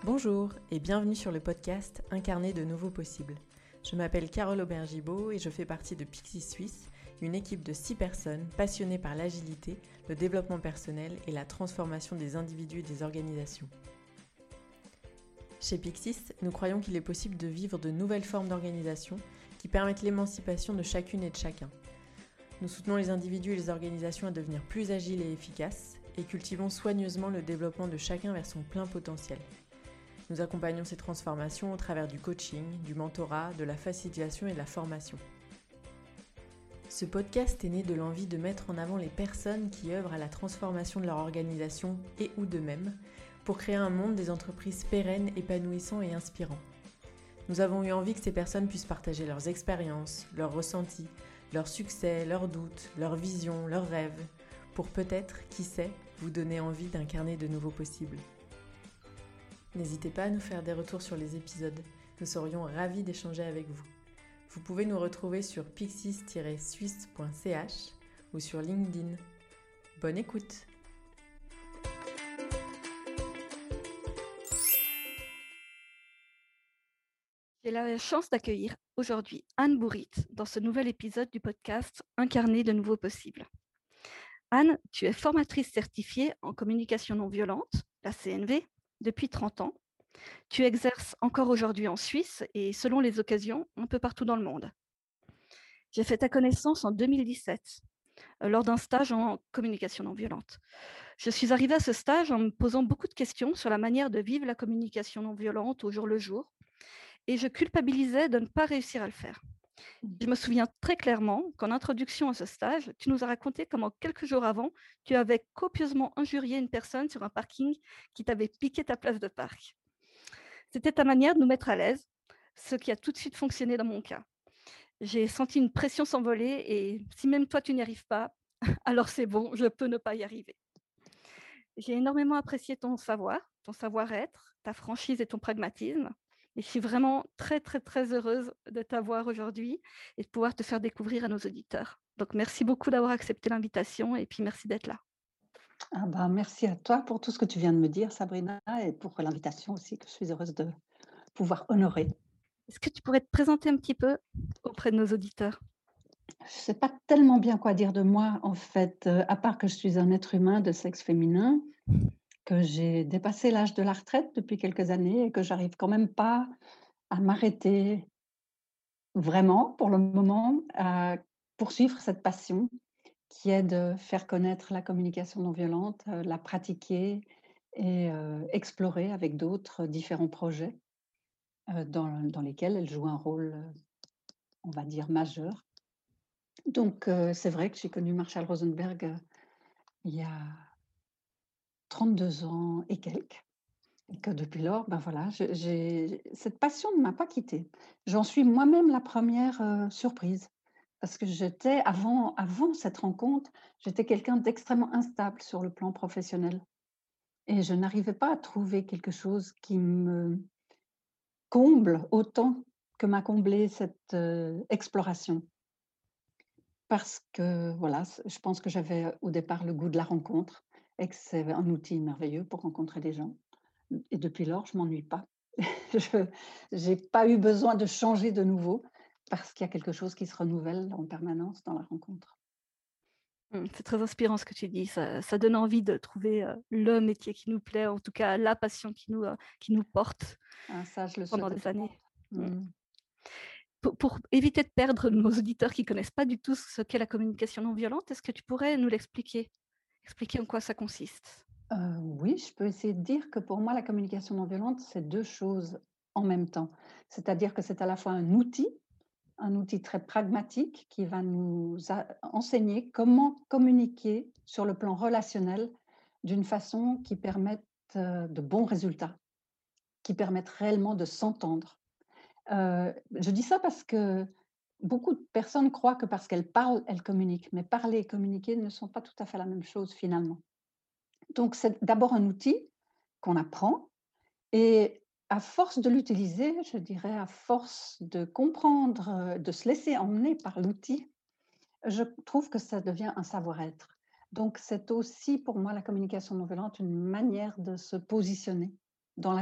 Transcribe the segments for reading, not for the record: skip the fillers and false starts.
Bonjour et bienvenue sur le podcast Incarner de nouveaux possibles. Je m'appelle Carole Aubergibaud et je fais partie de Pixis Suisse, une équipe de 6 personnes passionnées par l'agilité, le développement personnel et la transformation des individus et des organisations. Chez Pixis, nous croyons qu'il est possible de vivre de nouvelles formes d'organisation qui permettent l'émancipation de chacune et de chacun. Nous soutenons les individus et les organisations à devenir plus agiles et efficaces et cultivons soigneusement le développement de chacun vers son plein potentiel. Nous accompagnons ces transformations au travers du coaching, du mentorat, de la facilitation et de la formation. Ce podcast est né de l'envie de mettre en avant les personnes qui œuvrent à la transformation de leur organisation et ou d'eux-mêmes pour créer un monde des entreprises pérennes, épanouissant et inspirant. Nous avons eu envie que ces personnes puissent partager leurs expériences, leurs ressentis, leurs succès, leurs doutes, leurs visions, leurs rêves, pour peut-être, qui sait, vous donner envie d'incarner de nouveaux possibles. N'hésitez pas à nous faire des retours sur les épisodes, nous serions ravis d'échanger avec vous. Vous pouvez nous retrouver sur pixis-suisse.ch ou sur LinkedIn. Bonne écoute! J'ai la chance d'accueillir aujourd'hui Anne Bourrit dans ce nouvel épisode du podcast Incarner de nouveaux possibles. Anne, tu es formatrice certifiée en communication non violente, la CNV, depuis 30 ans. Tu exerces encore aujourd'hui en Suisse et, selon les occasions, un peu partout dans le monde. J'ai fait ta connaissance en 2017, lors d'un stage en communication non violente. Je suis arrivée à ce stage en me posant beaucoup de questions sur la manière de vivre la communication non violente au jour le jour, et je culpabilisais de ne pas réussir à le faire. Je me souviens très clairement qu'en introduction à ce stage, tu nous as raconté comment quelques jours avant, tu avais copieusement injurié une personne sur un parking qui t'avait piqué ta place de parc. C'était ta manière de nous mettre à l'aise, ce qui a tout de suite fonctionné dans mon cas. J'ai senti une pression s'envoler et si même toi tu n'y arrives pas, alors c'est bon, je peux ne pas y arriver. J'ai énormément apprécié ton savoir, ton savoir-être, ta franchise et ton pragmatisme. Et je suis vraiment très, très, très heureuse de t'avoir aujourd'hui et de pouvoir te faire découvrir à nos auditeurs. Donc, merci beaucoup d'avoir accepté l'invitation et puis merci d'être là. Merci à toi pour tout ce que tu viens de me dire, Sabrina, et pour l'invitation aussi, que je suis heureuse de pouvoir honorer. Est-ce que tu pourrais te présenter un petit peu auprès de nos auditeurs? Je ne sais pas tellement bien quoi dire de moi, en fait, à part que je suis un être humain de sexe féminin, que j'ai dépassé l'âge de la retraite depuis quelques années et que j'arrive quand même pas à m'arrêter vraiment, pour le moment, à poursuivre cette passion qui est de faire connaître la communication non violente, la pratiquer et explorer avec d'autres différents projets. Dans lesquels elle joue un rôle, on va dire majeur. Donc c'est vrai que j'ai connu Marshall Rosenberg, il y a 32 ans et quelques et que depuis lors, ben voilà, j'ai cette passion ne m'a pas quittée. J'en suis moi-même la première surprise parce que j'étais avant cette rencontre, j'étais quelqu'un d'extrêmement instable sur le plan professionnel et je n'arrivais pas à trouver quelque chose qui me comble autant que m'a comblé cette exploration. Parce que voilà, je pense que j'avais au départ le goût de la rencontre et que c'est un outil merveilleux pour rencontrer des gens et depuis lors, je m'ennuie pas. Je J'ai pas eu besoin de changer de nouveau parce qu'il y a quelque chose qui se renouvelle en permanence dans la rencontre. C'est très inspirant ce que tu dis. Ça donne envie de trouver le métier qui nous plaît, en tout cas la passion qui nous porte Ça, je le pendant souhaite à des tout le années. Mm. monde. Mmh. Pour éviter de perdre nos auditeurs qui ne connaissent pas du tout ce qu'est la communication non violente, est-ce que tu pourrais nous l'expliquer? Expliquer en quoi ça consiste? Oui, je peux essayer de dire que pour moi, la communication non violente, c'est 2 choses en même temps. C'est-à-dire que c'est à la fois un outil très pragmatique qui va nous enseigner comment communiquer sur le plan relationnel d'une façon qui permette de bons résultats, qui permette réellement de s'entendre. Je dis ça parce que beaucoup de personnes croient que parce qu'elles parlent, elles communiquent, mais parler et communiquer ne sont pas tout à fait la même chose finalement. Donc c'est d'abord un outil qu'on apprend et à force de l'utiliser, je dirais à force de comprendre, de se laisser emmener par l'outil, je trouve que ça devient un savoir-être. Donc c'est aussi pour moi la communication non violente une manière de se positionner dans la vie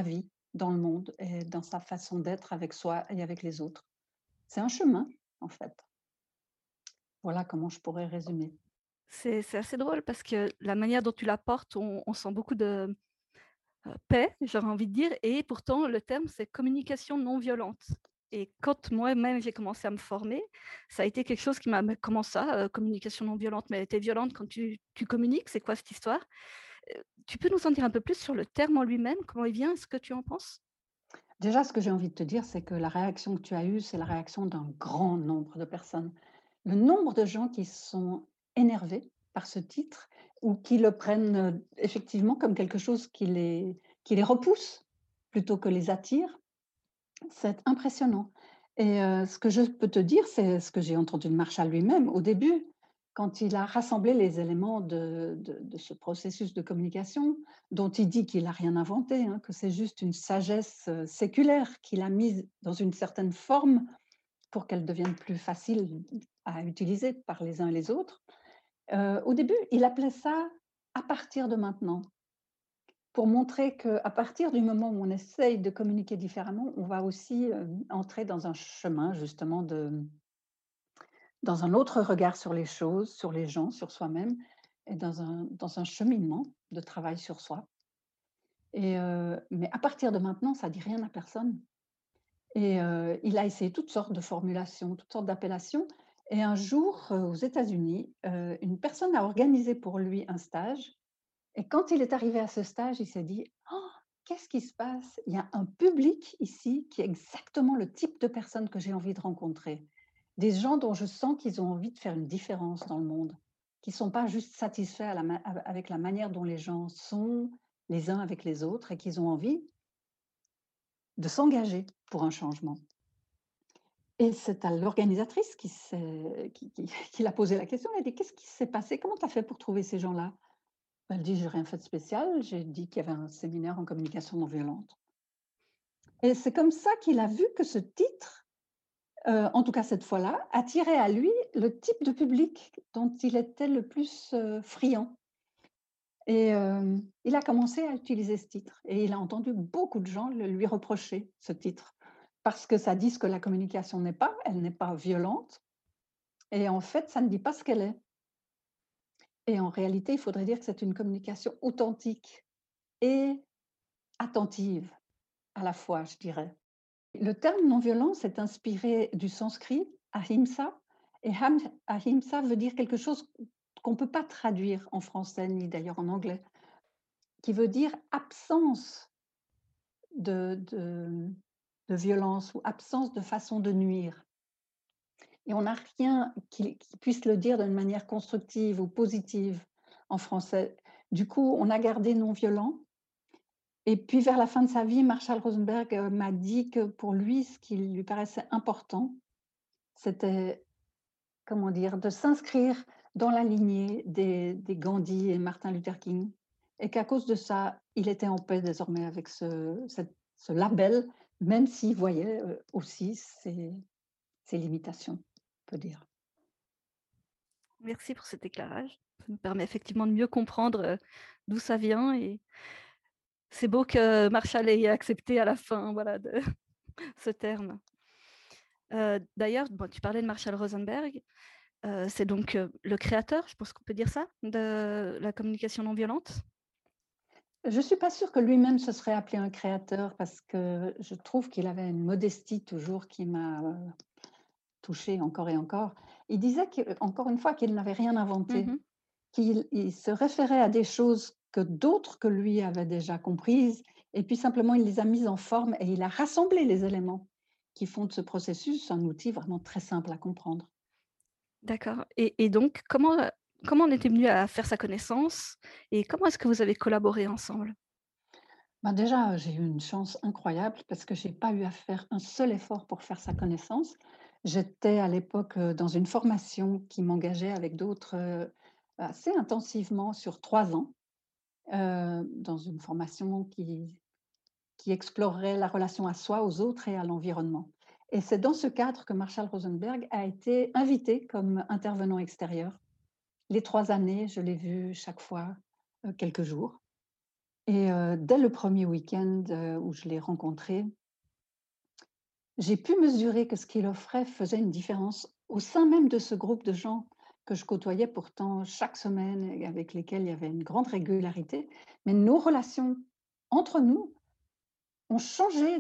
dans le monde et dans sa façon d'être avec soi et avec les autres. C'est un chemin, en fait. Voilà comment je pourrais résumer. C'est assez drôle parce que la manière dont tu l'apportes, on sent beaucoup de, paix, j'aurais envie de dire et pourtant le terme, c'est communication non violente et quand moi-même j'ai commencé à me former, ça a été quelque chose qui m'a «Mais comment ça, communication non violente? Mais tu es violente quand tu communiques? C'est quoi cette histoire?» Tu peux nous en dire un peu plus sur le terme en lui-même? Comment il vient? Ce que tu en penses? Déjà, ce que j'ai envie de te dire, c'est que la réaction que tu as eue, c'est la réaction d'un grand nombre de personnes. Le nombre de gens qui sont énervés par ce titre ou qui le prennent, effectivement comme quelque chose qui les repousse plutôt que les attire, c'est impressionnant et ce que je peux te dire, c'est ce que j'ai entendu de Marshall lui-même au début, quand il a rassemblé les éléments de ce processus de communication, dont il dit qu'il n'a rien inventé, hein, que c'est juste une sagesse, séculaire qu'il a mise dans une certaine forme pour qu'elle devienne plus facile à utiliser par les uns et les autres. Au début, il appelait ça «à partir de maintenant». Pour montrer qu'à partir du moment où on essaye de communiquer différemment, on va aussi, entrer dans un chemin justement dans un autre regard sur les choses, sur les gens, sur soi-même et dans un cheminement de travail sur soi et mais à partir de maintenant, ça dit rien à personne et il a essayé toutes sortes de formulations, toutes sortes d'appellations et un jour, aux États-Unis, une personne a organisé pour lui un stage et quand il est arrivé à ce stage, il s'est dit: «Oh, qu'est-ce qui se passe? Il y a un public ici qui est exactement le type de personnes que j'ai envie de rencontrer. Des gens dont je sens qu'ils ont envie de faire une différence dans le monde, qui ne sont pas juste satisfaits avec la manière dont les gens sont les uns avec les autres et qu'ils ont envie de s'engager pour un changement». Et c'est à l'organisatrice qui l'a posé la question. Elle a dit: «Qu'est-ce qui s'est passé? Comment tu as fait pour trouver ces gens-là?» Elle dit: «J'ai rien fait de spécial, j'ai dit qu'il y avait un séminaire en communication non violente» et c'est comme ça qu'il a vu que ce titre, en tout cas cette fois-là, attirait à lui le type de public dont il était le plus, friand et il a commencé à utiliser ce titre et il a entendu beaucoup de gens le lui reprocher, ce titre. Parce que ça dit ce que la communication n'est pas, elle n'est pas violente et en fait, ça ne dit pas ce qu'elle est et en réalité, il faudrait dire que c'est une communication authentique et attentive. À la fois, je dirais. Le terme non-violence est inspiré du sanskrit, ahimsa, et ahimsa veut dire quelque chose qu'on ne peut pas traduire en français, ni d'ailleurs en anglais, qui veut dire absence de, de, de violence ou absence de façon de nuire. Et on n'a rien qui puisse le dire d'une manière constructive ou positive en français. Du coup, on a gardé non-violent. Et puis vers la fin de sa vie, Marshall Rosenberg, m'a dit que pour lui, ce qui lui paraissait important, c'était, comment dire? De s'inscrire dans la lignée des Gandhi et Martin Luther King et qu'à cause de ça, il était en paix désormais avec ce label, même s'il voyait, aussi ses limitations, on peut dire. Merci pour cet éclairage. Ça me permet effectivement de mieux comprendre, d'où ça vient et c'est beau que Marshall ait accepté à la fin, voilà, de ce terme. D'ailleurs, bon, tu parlais de Marshall Rosenberg, c'est donc, le créateur, je pense qu'on peut dire ça, de la communication non violente? Je ne suis pas sûre que lui-même se serait appelé un créateur parce que je trouve qu'il avait une modestie toujours qui m'a, touchée encore et encore. Il disait encore une fois qu'il n'avait rien inventé, Mmh. qu'il se référait à des choses que d'autres que lui avaient déjà comprises et puis simplement il les a mises en forme et il a rassemblé les éléments qui font de ce processus un outil vraiment très simple à comprendre. D'accord et donc comment on était venu à faire sa connaissance et comment est-ce que vous avez collaboré ensemble? Ben déjà, j'ai eu une chance incroyable parce que j'ai pas eu à faire un seul effort pour faire sa connaissance. J'étais à l'époque, dans une formation qui m'engageait avec d'autres, assez intensivement sur 3 ans, dans une formation qui explorerait la relation à soi, aux autres et à l'environnement. Et c'est dans ce cadre que Marshall Rosenberg a été invité comme intervenant extérieur. Les 3 années, je l'ai vu chaque fois, quelques jours. Et dès le premier week-end, où je l'ai rencontré, j'ai pu mesurer que ce qu'il offrait faisait une différence au sein même de ce groupe de gens que je côtoyais pourtant chaque semaine et avec lesquels il y avait une grande régularité. Mais nos relations entre nous ont changé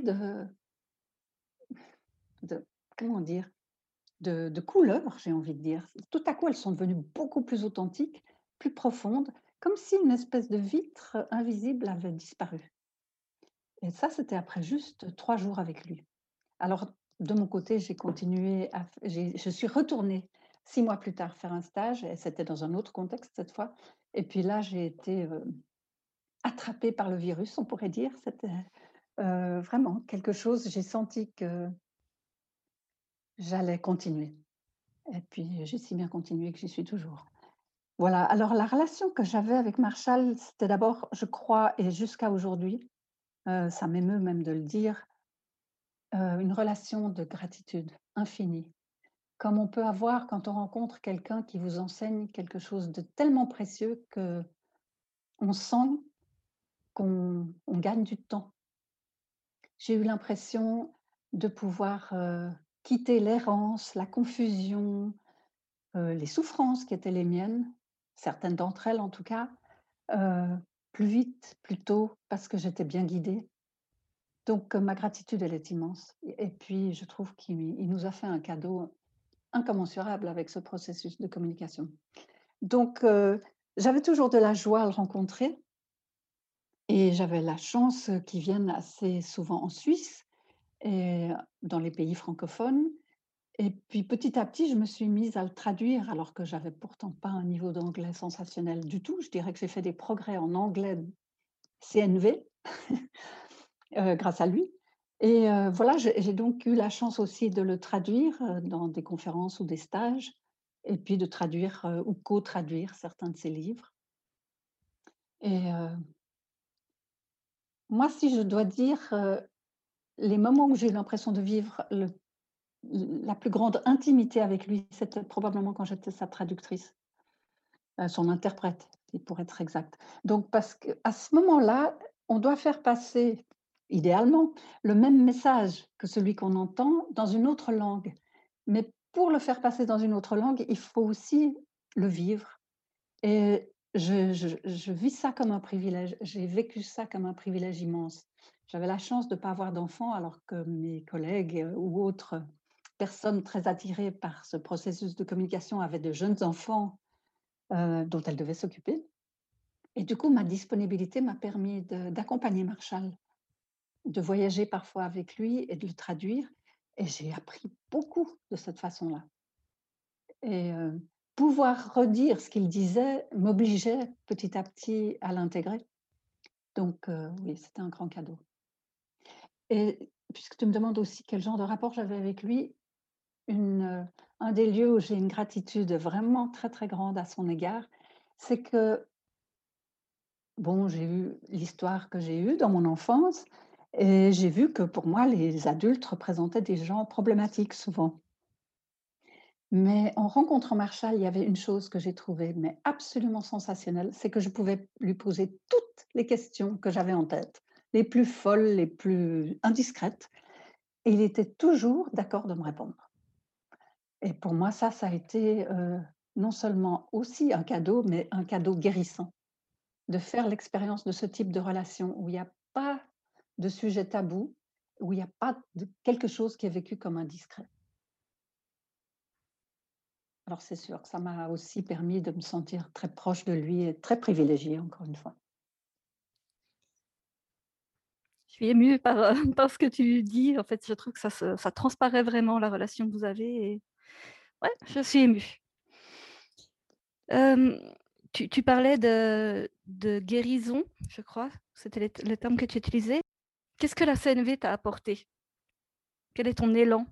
de comment dire? De couleur, j'ai envie de dire. Tout à coup, elles sont devenues beaucoup plus authentiques, plus profondes, comme si une espèce de vitre invisible avait disparu. Et ça, c'était après juste 3 jours avec lui. Alors, de mon côté, j'ai continué à f j'ai je suis retournée 6 mois plus tard faire un stage et c'était dans un autre contexte cette fois. Et puis là, j'ai été, attrapée par le virus, on pourrait dire. C'était, vraiment quelque chose, j'ai senti que j'allais continuer et puis j'ai si bien continué que j'y suis toujours. Voilà, alors la relation que j'avais avec Marshall, c'était d'abord, je crois et jusqu'à aujourd'hui, ça m'émeut même de le dire, une relation de gratitude infinie. Comme on peut avoir quand on rencontre quelqu'un qui vous enseigne quelque chose de tellement précieux qu'on sent qu'on gagne du temps. J'ai eu l'impression de pouvoir, quitter l'errance, la confusion, les souffrances qui étaient les miennes, certaines d'entre elles en tout cas, heu, plus vite, plus tôt, parce que j'étais bien guidée. Donc ma gratitude, elle est immense et puis je trouve qu'il nous a fait un cadeau incommensurable avec ce processus de communication. Donc j'avais toujours de la joie à le rencontrer et j'avais la chance, qu'il vienne assez souvent en Suisse et dans les pays francophones et puis petit à petit, je me suis mise à le traduire alors que j'avais pourtant pas un niveau d'anglais sensationnel du tout. Je dirais que j'ai fait des progrès en anglais CNV, grâce à lui et voilà, j'ai donc eu la chance aussi de le traduire, dans des conférences ou des stages et puis de traduire, ou co-traduire certains de ses livres et moi, si je dois dire, les moments où j'ai eu l'impression de vivre la plus grande intimité avec lui, c'était probablement quand j'étais sa traductrice, son interprète, et pour être exact. Donc parce qu'à ce moment-là, on doit faire passer, idéalement, le même message que celui qu'on entend dans une autre langue. Mais pour le faire passer dans une autre langue, il faut aussi le vivre et je vis ça comme un privilège. J'ai vécu ça comme un privilège immense. J'avais la chance de ne pas avoir d'enfants alors que mes collègues, ou autres personnes très attirées par ce processus de communication avaient de jeunes enfants, dont elles devaient s'occuper et du coup, ma disponibilité m'a permis d'accompagner Marshall, de voyager parfois avec lui et de le traduire et j'ai appris beaucoup de cette façon-là et pouvoir redire ce qu'il disait m'obligeait petit à petit à l'intégrer. Donc oui, c'était un grand cadeau et puisque tu me demandes aussi quel genre de rapport j'avais avec lui, un des lieux où j'ai une gratitude vraiment très, très grande à son égard, c'est que, bon, j'ai eu l'histoire que j'ai eue dans mon enfance et j'ai vu que pour moi, les adultes représentaient des gens problématiques souvent. Mais en rencontrant Marshall, il y avait une chose que j'ai trouvée mais absolument sensationnelle, c'est que je pouvais lui poser toutes les questions que j'avais en tête, les plus folles, les plus indiscrètes et il était toujours d'accord de me répondre. Et pour moi, ça a été, non seulement aussi un cadeau, mais un cadeau guérissant, de faire l'expérience de ce type de relation où il y a pas de sujet tabou, où il y a pas de quelque chose qui est vécu comme indiscret. Alors c'est sûr que ça m'a aussi permis de me sentir très proche de lui et très privilégiée encore une fois. Je suis émue par, par ce que tu dis. En fait, je trouve que ça transparaît vraiment la relation que vous avez et ouais, je suis émue. Hem, tu parlais de guérison, je crois, c'était le terme que tu utilisais. Qu'est-ce que la CNV t'a apporté? Quel est ton élan?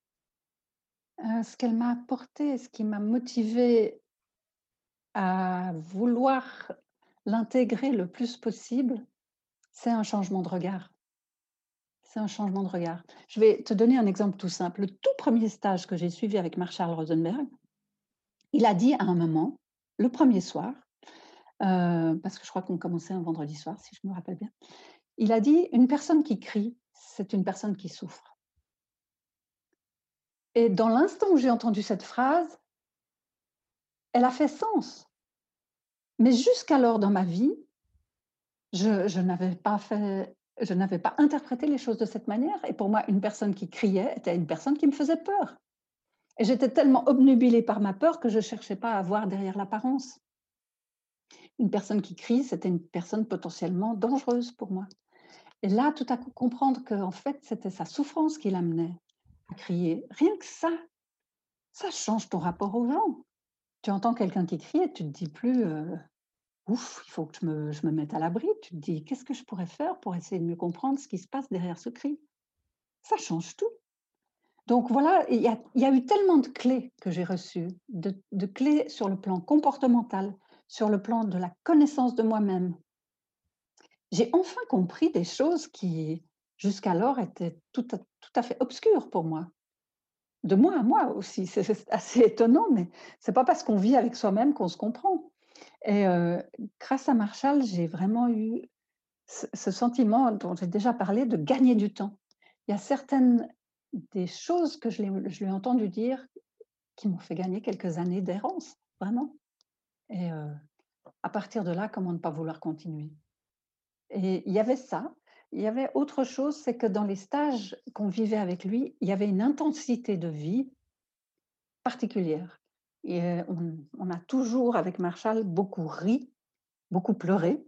Ce qu'elle m'a apporté, ce qui m'a motivée à vouloir l'intégrer le plus possible, c'est un changement de regard. C'est un changement de regard. Je vais te donner un exemple tout simple. Le tout premier stage que j'ai suivi avec Marshall Rosenberg, il a dit à un moment, le premier soir, parce que je crois qu'on commençait un vendredi soir, si je me rappelle bien. Il a dit: «Une personne qui crie, c'est une personne qui souffre». Et dans l'instant où j'ai entendu cette phrase, elle a fait sens. Mais jusqu'alors dans ma vie, je n'avais pas interprété les choses de cette manière et pour moi, une personne qui criait était une personne qui me faisait peur et j'étais tellement obnubilée par ma peur que je cherchais pas à voir derrière l'apparence. Une personne qui crie, c'était une personne potentiellement dangereuse pour moi et là, tout à coup, comprendre qu'en fait, c'était sa souffrance qui l'amenait à crier, rien que ça change ton rapport aux gens. Tu entends quelqu'un qui crie et tu te dis plus, «Ouf, il faut que je me mette à l'abri». Tu te dis: «Qu'est-ce que je pourrais faire pour essayer de mieux comprendre ce qui se passe derrière ce cri?» Ça change tout. Donc voilà, il y a eu tellement de clés que j'ai reçues, de clés sur le plan comportemental, sur le plan de la connaissance de moi-même. J'ai enfin compris des choses qui, jusqu'alors, étaient tout à fait obscures pour moi. De moi à moi aussi, c'est assez étonnant, mais c'est pas parce qu'on vit avec soi-même qu'on se comprend et grâce à Marshall, j'ai vraiment eu ce sentiment dont j'ai déjà parlé de gagner du temps. Il y a certaines des choses que je lui ai entendu dire qui m'ont fait gagner quelques années d'errance, vraiment et à partir de là, comment ne pas vouloir continuer? Et il y avait ça. Il y avait autre chose, c'est que dans les stages qu'on vivait avec lui, il y avait une intensité de vie particulière et on a toujours, avec Marshall, beaucoup ri, beaucoup pleuré,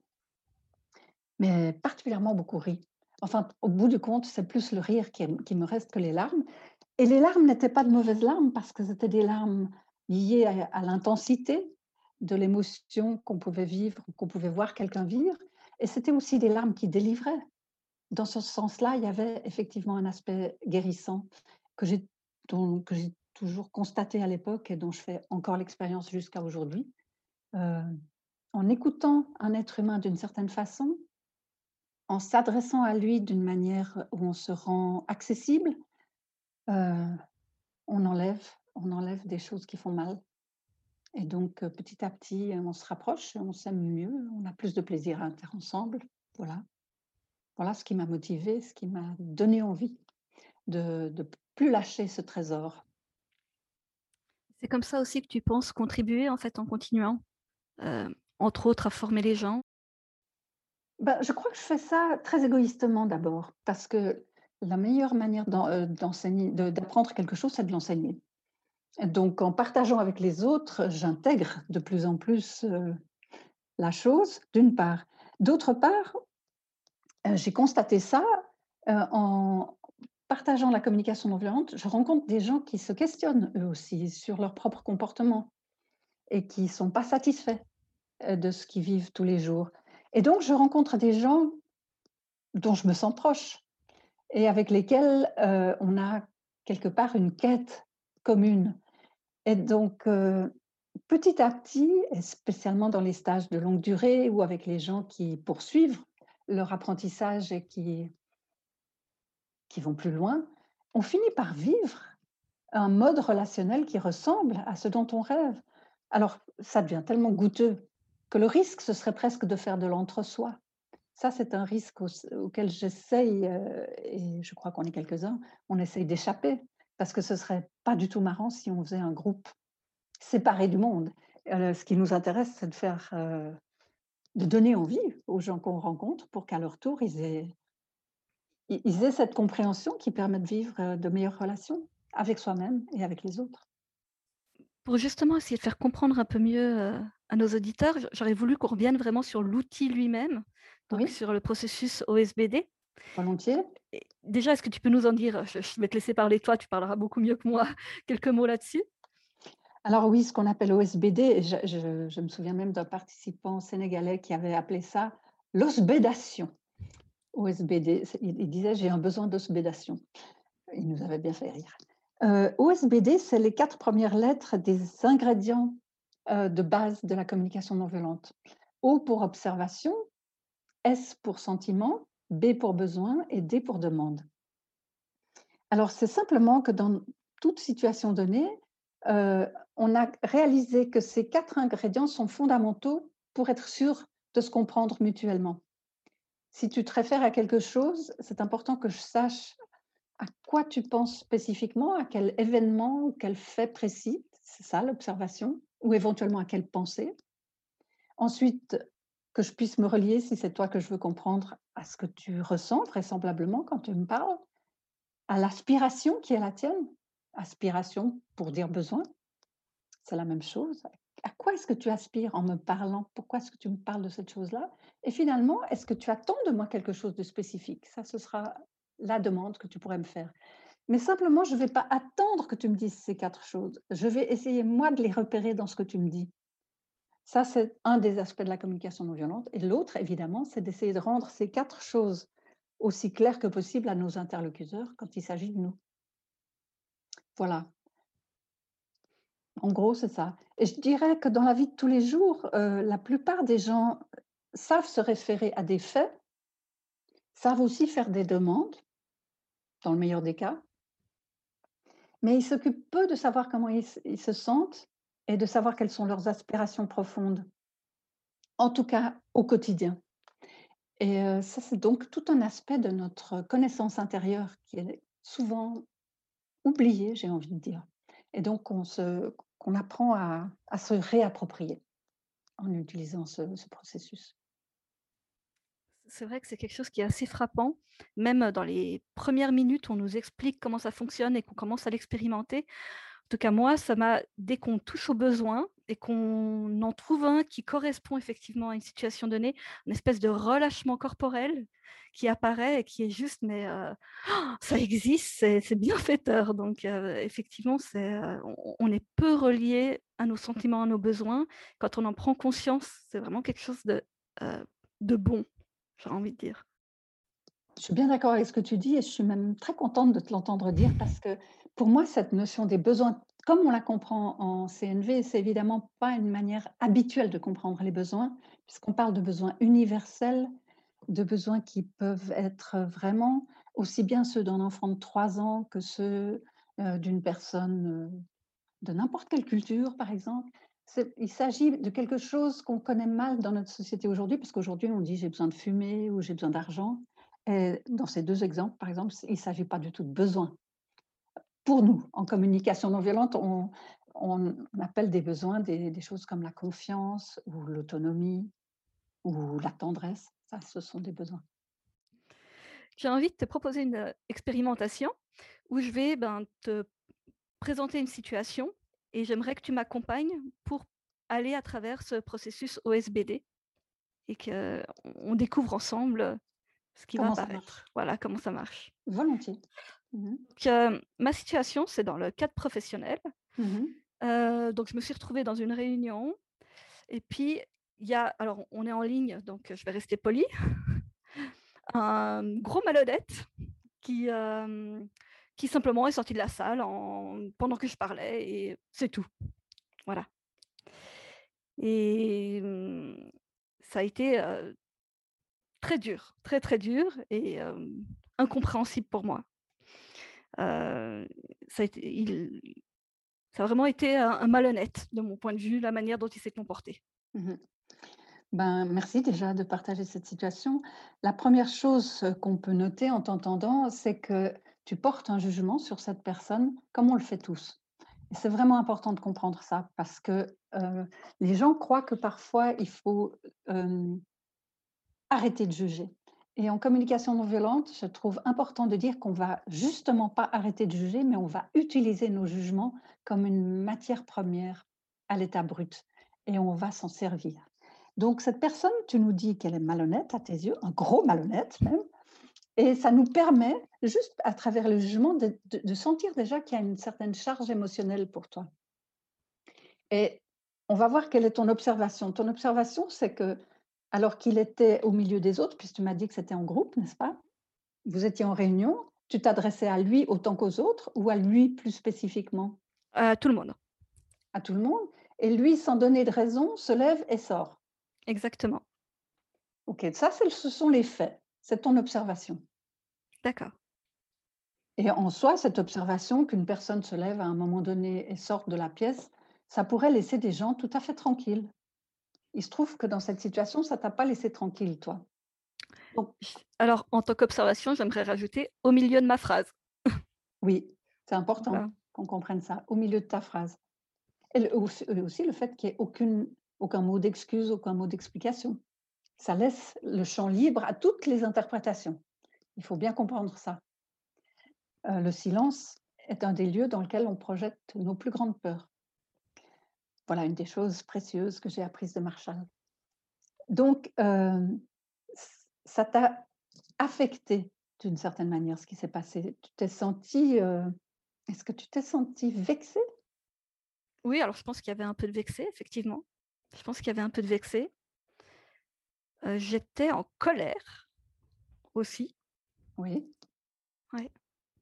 mais particulièrement beaucoup ri. Enfin, au bout du compte, c'est plus le rire qui me reste que les larmes et les larmes n'étaient pas de mauvaises larmes parce que c'était des larmes liées à l'intensité de l'émotion qu'on pouvait vivre, qu'on pouvait voir quelqu'un vivre et c'était aussi des larmes qui délivraient. Dans ce sens-là, il y avait effectivement un aspect guérissant que j'ai que j'ai toujours constaté à l'époque et dont je fais encore l'expérience jusqu'à aujourd'hui. Heu, En écoutant un être humain d'une certaine façon, en s'adressant à lui d'une manière où on se rend accessible, heu, on enlève des choses qui font mal et donc petit à petit, on se rapproche, on s'aime mieux, on a plus de plaisir à être ensemble. Voilà. Voilà ce qui m'a motivée, ce qui m'a donné envie de plus lâcher ce trésor. C'est comme ça aussi que tu penses contribuer, en fait, en continuant, entre autres à former les gens? Ben, je crois que je fais ça très égoïstement d'abord, parce que la meilleure manière d'enseigner d'apprendre quelque chose, c'est de l'enseigner. Donc en partageant avec les autres, j'intègre de plus en plus, la chose, d'une part. D'autre part, j'ai constaté ça, en partageant la communication non violente, je rencontre des gens qui se questionnent eux aussi sur leur propre comportement et qui sont pas satisfaits, de ce qu'ils vivent tous les jours. Et donc je rencontre des gens dont je me sens proche et avec lesquels, on a quelque part une quête commune. Et donc, petit à petit et spécialement dans les stages de longue durée ou avec les gens qui poursuivent leur apprentissage et qui vont plus loin, on finit par vivre un mode relationnel qui ressemble à ce dont on rêve. Alors, ça devient tellement goûteux que le risque, ce serait presque de faire de l'entre-soi. Ça, c'est un risque auquel j'essaye, et je crois qu'on est quelques-uns, on essaye d'échapper parce que ce serait pas du tout marrant si on faisait un groupe séparé du monde. Ce qui nous intéresse, c'est de donner envie aux gens qu'on rencontre pour qu'à leur tour, ils aient cette compréhension qui permet de vivre, de meilleures relations avec soi-même et avec les autres. Pour justement essayer de faire comprendre un peu mieux, à nos auditeurs, j'aurais voulu qu'on revienne vraiment sur l'outil lui-même, donc Oui, sur le processus OSBD. volontiers. Et déjà, est-ce que tu peux nous en dire, je vais te laisser parler toi, tu parleras beaucoup mieux que moi, quelques mots là-dessus? Alors oui, ce qu'on appelle OSBD, et je me souviens même d'un participant sénégalais qui avait appelé ça l'osbédation. OSBD, il disait: «J'ai un besoin d'osbédation». Il nous avait bien fait rire. OSBD, c'est les 4 premières lettres des ingrédients, de base de la communication non violente. O pour observation, S pour sentiment, B pour besoin et D pour demande. Alors c'est simplement que dans toute situation donnée, heu, on a réalisé que ces 4 ingrédients sont fondamentaux pour être sûr de se comprendre mutuellement. Si tu te réfères à quelque chose, c'est important que je sache à quoi tu penses spécifiquement, à quel événement ou quel fait précis, c'est ça l'observation, ou éventuellement à quelle pensée. Ensuite, que je puisse me relier, si c'est toi que je veux comprendre, à ce que tu ressens vraisemblablement quand tu me parles, à l'aspiration qui est la tienne. Aspiration pour dire besoin, c'est la même chose. À quoi est-ce que tu aspires en me parlant? Pourquoi est-ce que tu me parles de cette chose-là? Et finalement, est-ce que tu attends de moi quelque chose de spécifique? Ça, ce sera la demande que tu pourrais me faire. Mais simplement, je ne vais pas attendre que tu me dises ces 4 choses. Je vais essayer, moi, de les repérer dans ce que tu me dis. Ça, c'est un des aspects de la communication non violente. Et l'autre, évidemment, c'est d'essayer de rendre ces 4 choses aussi claires que possible à nos interlocuteurs quand il s'agit de nous. Voilà, en gros, c'est ça. Et je dirais que dans la vie de tous les jours, la plupart des gens savent se référer à des faits, savent aussi faire des demandes, dans le meilleur des cas, mais ils s'occupent peu de savoir comment ils se sentent et de savoir quelles sont leurs aspirations profondes, en tout cas au quotidien. Et ça, c'est donc tout un aspect de notre connaissance intérieure qui est souvent oublié, j'ai envie de dire. Et donc qu'on apprend à se réapproprier en utilisant ce processus. C'est vrai que c'est quelque chose qui est assez frappant. Même dans les premières minutes, on nous explique comment ça fonctionne et qu'on commence à l'expérimenter. En tout cas, moi, ça m'a dès qu'on touche au besoin et qu'on en trouve un qui correspond effectivement à une situation donnée, une espèce de relâchement corporel qui apparaît et qui est juste, mais ça existe, c'est bienfaiteur. Donc, effectivement, on est peu relié à nos sentiments, à nos besoins. Quand on en prend conscience, c'est vraiment quelque chose de bon, j'ai envie de dire. Je suis bien d'accord avec ce que tu dis et je suis même très contente de te l'entendre dire parce que pour moi, cette notion des besoins, comme on la comprend en CNV, c'est évidemment pas une manière habituelle de comprendre les besoins, puisqu'on parle de besoins universels, de besoins qui peuvent être vraiment aussi bien ceux d'un enfant de 3 ans que ceux d'une personne de n'importe quelle culture, par exemple. Il s'agit de quelque chose qu'on connaît mal dans notre société aujourd'hui, parce qu'aujourd'hui, on dit j'ai besoin de fumer ou j'ai besoin d'argent. Et dans ces 2 exemples, par exemple, il ne s'agit pas du tout de besoin. Pour nous, en communication non violente, on appelle des besoins des choses comme la confiance ou l'autonomie ou la tendresse. Ça, ce sont des besoins. J'ai envie de te proposer une expérimentation où je vais te présenter une situation et j'aimerais que tu m'accompagnes pour aller à travers ce processus OSBD et qu'on découvre ensemble ce qui va Comment ça marche? apparaître. Voilà comment ça marche. Volontiers. Mmh. Donc, ma situation, c'est dans le cadre professionnel. Mmh. Donc je me suis retrouvée dans une réunion et puis il y a alors on est en ligne, donc je vais rester polie, un gros malhonnête qui, qui simplement est sorti de la salle pendant que je parlais et c'est tout. Voilà. Et ça a été, très dur, très, très dur et incompréhensible pour moi. Heu, ça a été ça a vraiment été un malhonnête de mon point de vue, la manière dont il s'est comporté. Mmh. Ben, merci déjà de partager cette situation. La première chose qu'on peut noter en t'entendant, c'est que tu portes un jugement sur cette personne, comme on le fait tous. Et c'est vraiment important de comprendre ça parce que les gens croient que parfois il faut euh, arrêter de juger. Et en communication non violente, je trouve important de dire qu'on va justement pas arrêter de juger, mais on va utiliser nos jugements comme une matière première à l'état brut et on va s'en servir. Donc cette personne, tu nous dis qu'elle est malhonnête à tes yeux, un gros malhonnête même, et ça nous permet, juste à travers le jugement, de sentir déjà qu'il y a une certaine charge émotionnelle pour toi. Et on va voir quelle est ton observation. Ton observation, c'est que, alors qu'il était au milieu des autres, puisque tu m'as dit que c'était en groupe, n'est-ce pas? Vous étiez en réunion, tu t'adressais à lui autant qu'aux autres ou à lui plus spécifiquement? Tout le monde, À tout le monde? Et lui, sans donner de raison, se lève et sort. exactement. OK, ça, ce sont les faits. C'est ton observation. D'accord. Et en soi, cette observation qu'une personne se lève à un moment donné et sorte de la pièce, ça pourrait laisser des gens tout à fait tranquilles. Il se trouve que dans cette situation, ça t'a pas laissé tranquille, toi. Donc Alors, en tant qu'observation, j'aimerais rajouter au milieu de ma phrase. oui, c'est important Voilà. qu'on comprenne ça, au milieu de ta phrase. Et aussi le fait qu'il y ait aucun mot d'excuse, aucun mot d'explication. Ça laisse le champ libre à toutes les interprétations. Il faut bien comprendre ça. Le silence est un des lieux dans lequel on projette nos plus grandes peurs. Voilà une des choses précieuses que j'ai apprises de Marshall. Donc, ça t'a affecté d'une certaine manière ce qui s'est passé. Tu t'es senti, est-ce que tu t'es senti vexée? Oui, alors je pense qu'il y avait un peu de vexé, effectivement. Je pense qu'il y avait un peu de vexé. J'étais en colère aussi, Oui. ouais,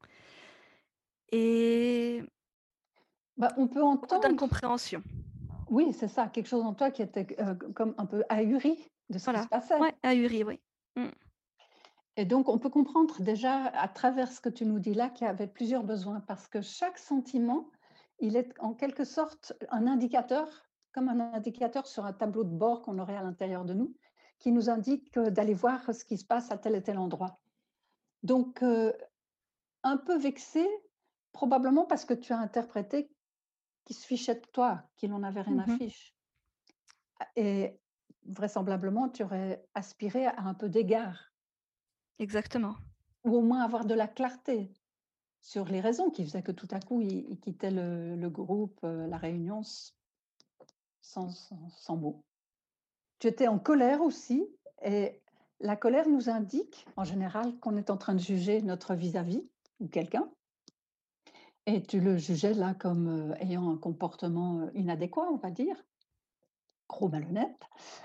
et Bah, on peut beaucoup entendre, d'incompréhension. oui, c'est ça, quelque chose en toi qui était, comme un peu ahuri de ce qui se Voilà, passait. ouais, ahuri, oui. Mmh. Et donc on peut comprendre déjà à travers ce que tu nous dis là qu'il y avait plusieurs besoins parce que chaque sentiment, il est en quelque sorte un indicateur, comme un indicateur sur un tableau de bord qu'on aurait à l'intérieur de nous, qui nous indique, d'aller voir ce qui se passe à tel et tel endroit. Donc, un peu vexé, probablement parce que tu as interprété qu'il se fichait de toi, qu'il n'en avait rien à Mmh. fiche. Et vraisemblablement, tu aurais aspiré à un peu d'égard Exactement. ou au moins avoir de la clarté sur les raisons qui faisaient que tout à coup, il quittait le groupe, la réunion sans mots. Tu étais en colère aussi et la colère nous indique, en général, qu'on est en train de juger notre vis-à-vis ou quelqu'un. Et tu le jugeais là comme, ayant un comportement, inadéquat, on va dire, gros malhonnête.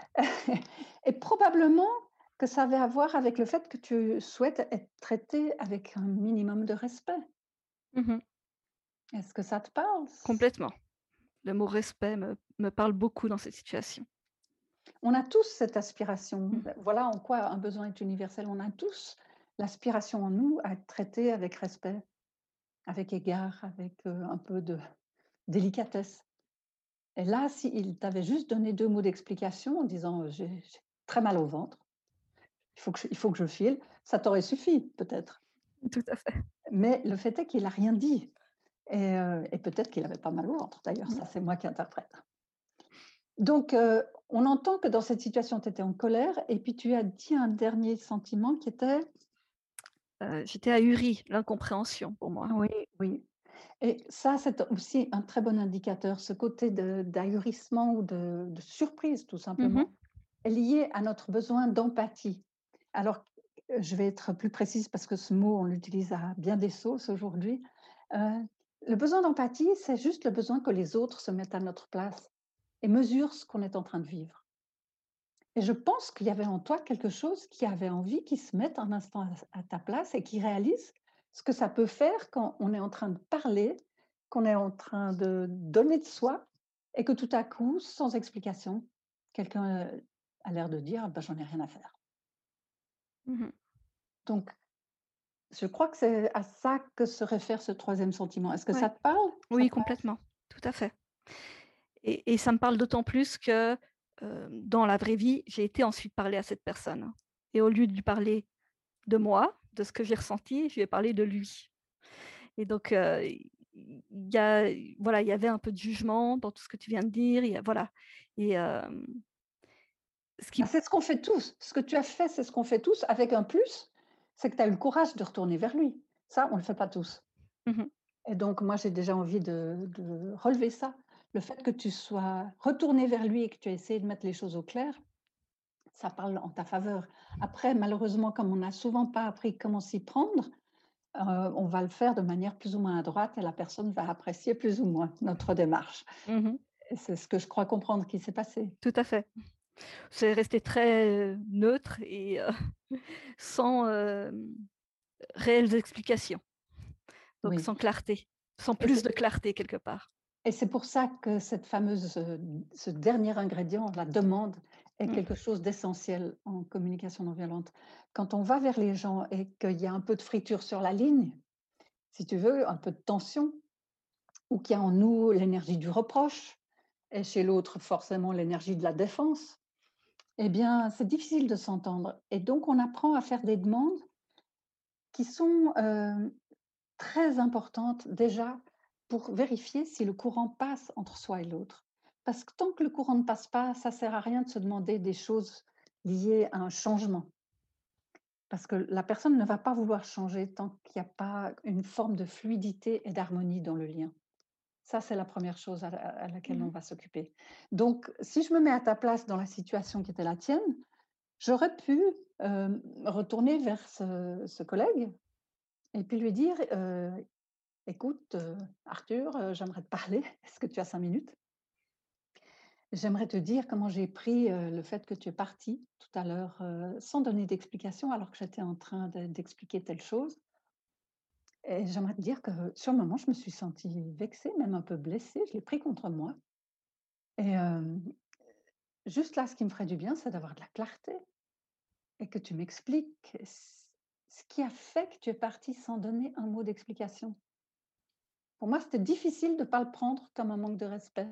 Et probablement que ça avait à voir avec le fait que tu souhaites être traité avec un minimum de respect. Mmh. Est-ce que ça te parle? Complètement. Le mot respect me parle beaucoup dans cette situation. On a tous cette aspiration. Mmh. Voilà en quoi un besoin est universel. On a tous l'aspiration en nous à être traités avec respect, avec égard, avec, un peu de délicatesse. Et là, s'il t'avait juste donné 2 mots d'explication en disant, «J'ai très mal au ventre, il faut que je file», ça t'aurait suffi peut-être. Tout à fait. Mais le fait est qu'il a rien dit et peut-être qu'il avait pas mal au ventre d'ailleurs, Mmh. ça c'est moi qui interprète. Donc on entend que dans cette situation, tu étais en colère et puis tu as dit un dernier sentiment qui était J'étais ahurie, l'incompréhension pour moi. oui, oui et ça, c'est aussi un très bon indicateur. Ce côté d'ahurissement ou de surprise tout Mmh. simplement est lié à notre besoin d'empathie. Alors, je vais être plus précise parce que ce mot, on l'utilise à bien des sauces aujourd'hui. Heu, le besoin d'empathie, c'est juste le besoin que les autres se mettent à notre place et mesurent ce qu'on est en train de vivre. Et je pense qu'il y avait en toi quelque chose qui avait envie qu'ils se mettent un instant à ta place et qui réalise ce que ça peut faire quand on est en train de parler, qu'on est en train de donner de soi et que tout à coup, sans explication, quelqu'un, a l'air de dire: «Bah, j'en ai rien à faire». Mmh. Donc je crois que c'est à ça que se réfère ce troisième sentiment. Est-ce que ça Ouais. te parle? Ça Oui, te parle? complètement, tout à fait, et ça me parle d'autant plus que, dans la vraie vie, j'ai été ensuite parler à cette personne et au lieu de lui parler de moi, de ce que j'ai ressenti, je lui ai parlé de lui, et donc il y a voilà, il y avait un peu de jugement dans tout ce que tu viens de dire, il y a voilà, et ce Bah, qui c'est ce qu'on fait tous. Ce que tu as fait, c'est ce qu'on fait tous avec un plus, c'est que tu as eu le courage de retourner vers lui. Ça, on ne le fait pas tous. mmh Et donc moi, j'ai déjà envie de relever ça. Le fait que tu sois retourné vers lui et que tu aies essayé de mettre les choses au clair, ça parle en ta faveur. Après, malheureusement, comme on n'a souvent pas appris comment s'y prendre, on va le faire de manière plus ou moins à droite et la personne va apprécier plus ou moins notre démarche. mh. Et c'est ce que je crois comprendre qui s'est passé. Tout à fait. C'est resté très, neutre et sans, réelles explications, donc Oui. sans clarté, sans Et plus de clarté quelque part. c'est pour ça que cette fameuse, ce dernier ingrédient, la demande, est Mmh. quelque chose d'essentiel en communication non violente. Quand on va vers les gens et qu'il y a un peu de friture sur la ligne, si tu veux, un peu de tension, ou qu'il y a en nous l'énergie du reproche, et chez l'autre, forcément, l'énergie de la défense, eh bien, c'est difficile de s'entendre. Et donc, on apprend à faire des demandes qui sont très importantes déjà pour vérifier si le courant passe entre soi et l'autre. Parce que tant que le courant ne passe pas, ça ne sert à rien de se demander des choses liées à un changement. Parce que la personne ne va pas vouloir changer tant qu'il n'y a pas une forme de fluidité et d'harmonie dans le lien. Ça, c'est la première chose à laquelle on Mmh. va s'occuper. Donc, si je me mets à ta place dans la situation qui était la tienne, j'aurais pu retourner vers ce collègue et puis lui dire écoute, Arthur, j'aimerais te parler. Est-ce que tu as 5 minutes? J'aimerais te dire comment j'ai pris le fait que tu es parti tout à l'heure sans donner d'explication alors que j'étais en train d'expliquer telle chose. Et j'aimerais te dire que sur le moment, je me suis sentie vexée, même un peu blessée. Je l'ai pris contre moi. Et juste là, ce qui me ferait du bien, c'est d'avoir de la clarté et que tu m'expliques ce qui a fait que tu es partie sans donner un mot d'explication. Pour moi, c'était difficile de ne pas le prendre comme un manque de respect.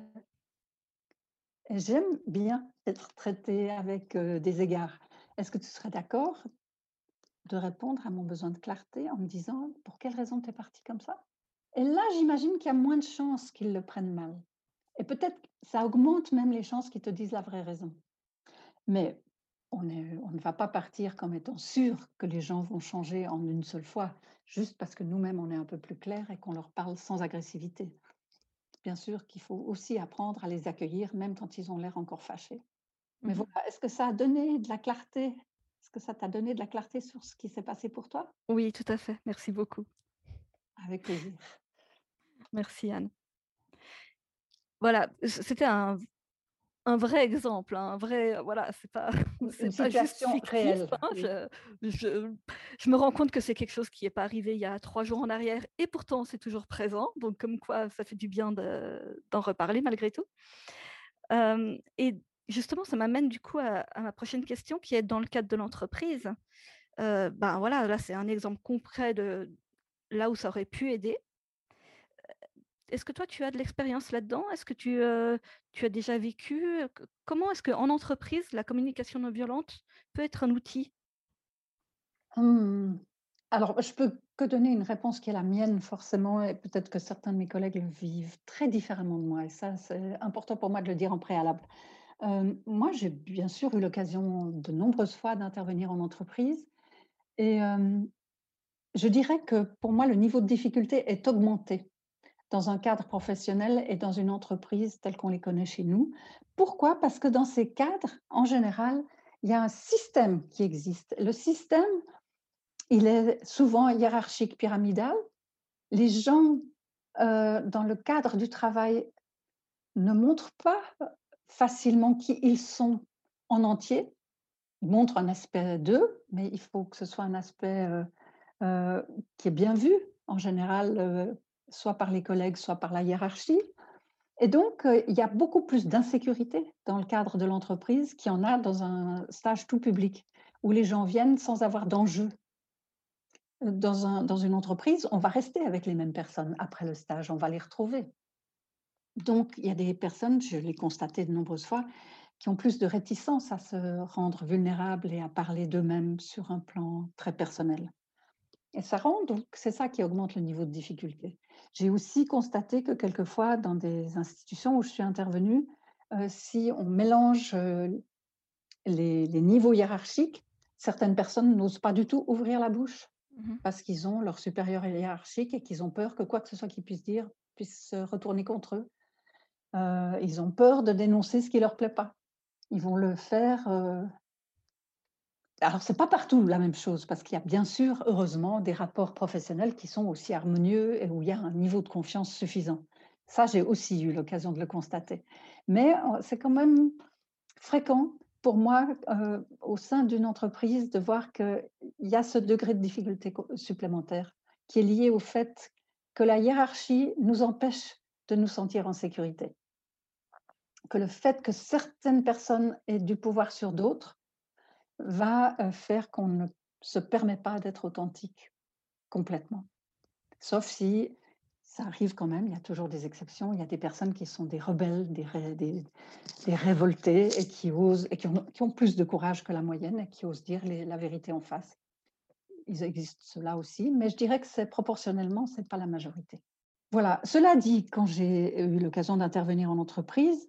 Et j'aime bien être traitée avec des égards. Est-ce que tu serais d'accord de répondre à mon besoin de clarté en me disant pour quelle raison tu es partie comme ça? Et là, j'imagine qu'il y a moins de chances qu'ils le prennent mal. Et peut-être que ça augmente même les chances qu'ils te disent la vraie raison. Mais on ne va pas partir comme étant sûr que les gens vont changer en une seule fois, juste parce que nous-mêmes, on est un peu plus clair et qu'on leur parle sans agressivité. Bien sûr qu'il faut aussi apprendre à les accueillir, même quand ils ont l'air encore fâchés. Mais Mmh. voilà, est-ce que ça a donné de la clarté? Est-ce que ça t'a donné de la clarté sur ce qui s'est passé pour toi? Oui, tout à fait. Merci beaucoup. Avec plaisir. Merci Anne. Voilà, c'était un vrai exemple, hein, un vrai voilà, Une c'est pas juste situation fictif, réelle, hein. oui. Je je me rends compte que c'est quelque chose qui est pas arrivé il y a 3 jours en arrière et pourtant c'est toujours présent, donc comme quoi ça fait du bien d'en reparler malgré tout. Et justement ça m'amène du coup à ma prochaine question qui est dans le cadre de l'entreprise. Ben, voilà, là c'est un exemple concret de là où ça aurait pu aider. Est-ce que toi, tu as de l'expérience là-dedans? Est-ce que tu as déjà vécu, comment est-ce qu'en entreprise, la communication non violente peut être un outil? Mmh. Alors, je peux que donner une réponse qui est la mienne forcément et peut-être que certains de mes collègues le vivent très différemment de moi et ça, c'est important pour moi de le dire en préalable. Moi, j'ai bien sûr eu l'occasion de nombreuses fois d'intervenir en entreprise et je dirais que pour moi, le niveau de difficulté est augmenté dans un cadre professionnel et dans une entreprise telle qu'on les connaît chez nous. Pourquoi? Parce que dans ces cadres, en général, il y a un système qui existe. Le système, il est souvent hiérarchique, pyramidal. Les gens, dans le cadre du travail, ne montrent pas facilement qui ils sont en entier. Ils montrent un aspect d'eux, mais il faut que ce soit un aspect, heu, qui est bien vu, en général, soit par les collègues, soit par la hiérarchie. Et donc, il y a beaucoup plus d'insécurité dans le cadre de l'entreprise qu'il y en a dans un stage tout public, où les gens viennent sans avoir d'enjeu. Dans une entreprise, on va rester avec les mêmes personnes après le stage, on va les retrouver. Donc il y a des personnes, je l'ai constaté de nombreuses fois, qui ont plus de réticence à se rendre vulnérables et à parler d'eux-mêmes sur un plan très personnel. Et ça rend donc c'est ça qui augmente le niveau de difficulté. J'ai aussi constaté que quelquefois dans des institutions où je suis intervenue, si on mélange, les niveaux hiérarchiques, certaines personnes n'osent pas du tout ouvrir la bouche Mmh. parce qu'ils ont leur supérieur hiérarchique et qu'ils ont peur que quoi que ce soit qu'ils puissent dire puisse se retourner contre eux. Ils ont peur de dénoncer ce qui leur plaît pas. Ils vont le faire, alors c'est pas partout la même chose parce qu'il y a bien sûr, heureusement, des rapports professionnels qui sont aussi harmonieux et où il y a un niveau de confiance suffisant. Ça, j'ai aussi eu l'occasion de le constater. Mais, c'est quand même fréquent pour moi, au sein d'une entreprise de voir qu'il y a ce degré de difficulté supplémentaire qui est lié au fait que la hiérarchie nous empêche de nous sentir en sécurité. Que le fait que certaines personnes aient du pouvoir sur d'autres va faire qu'on ne se permet pas d'être authentique complètement. Sauf si Ça arrive quand même, il y a toujours des exceptions. Il y a des personnes qui sont des rebelles, des révoltés et qui osent et qui ont plus de courage que la moyenne et qui osent dire la vérité en face. Ils existent ceux-là aussi, mais je dirais que c'est proportionnellement, c'est pas la majorité. Voilà. Cela dit, quand j'ai eu l'occasion d'intervenir en entreprise,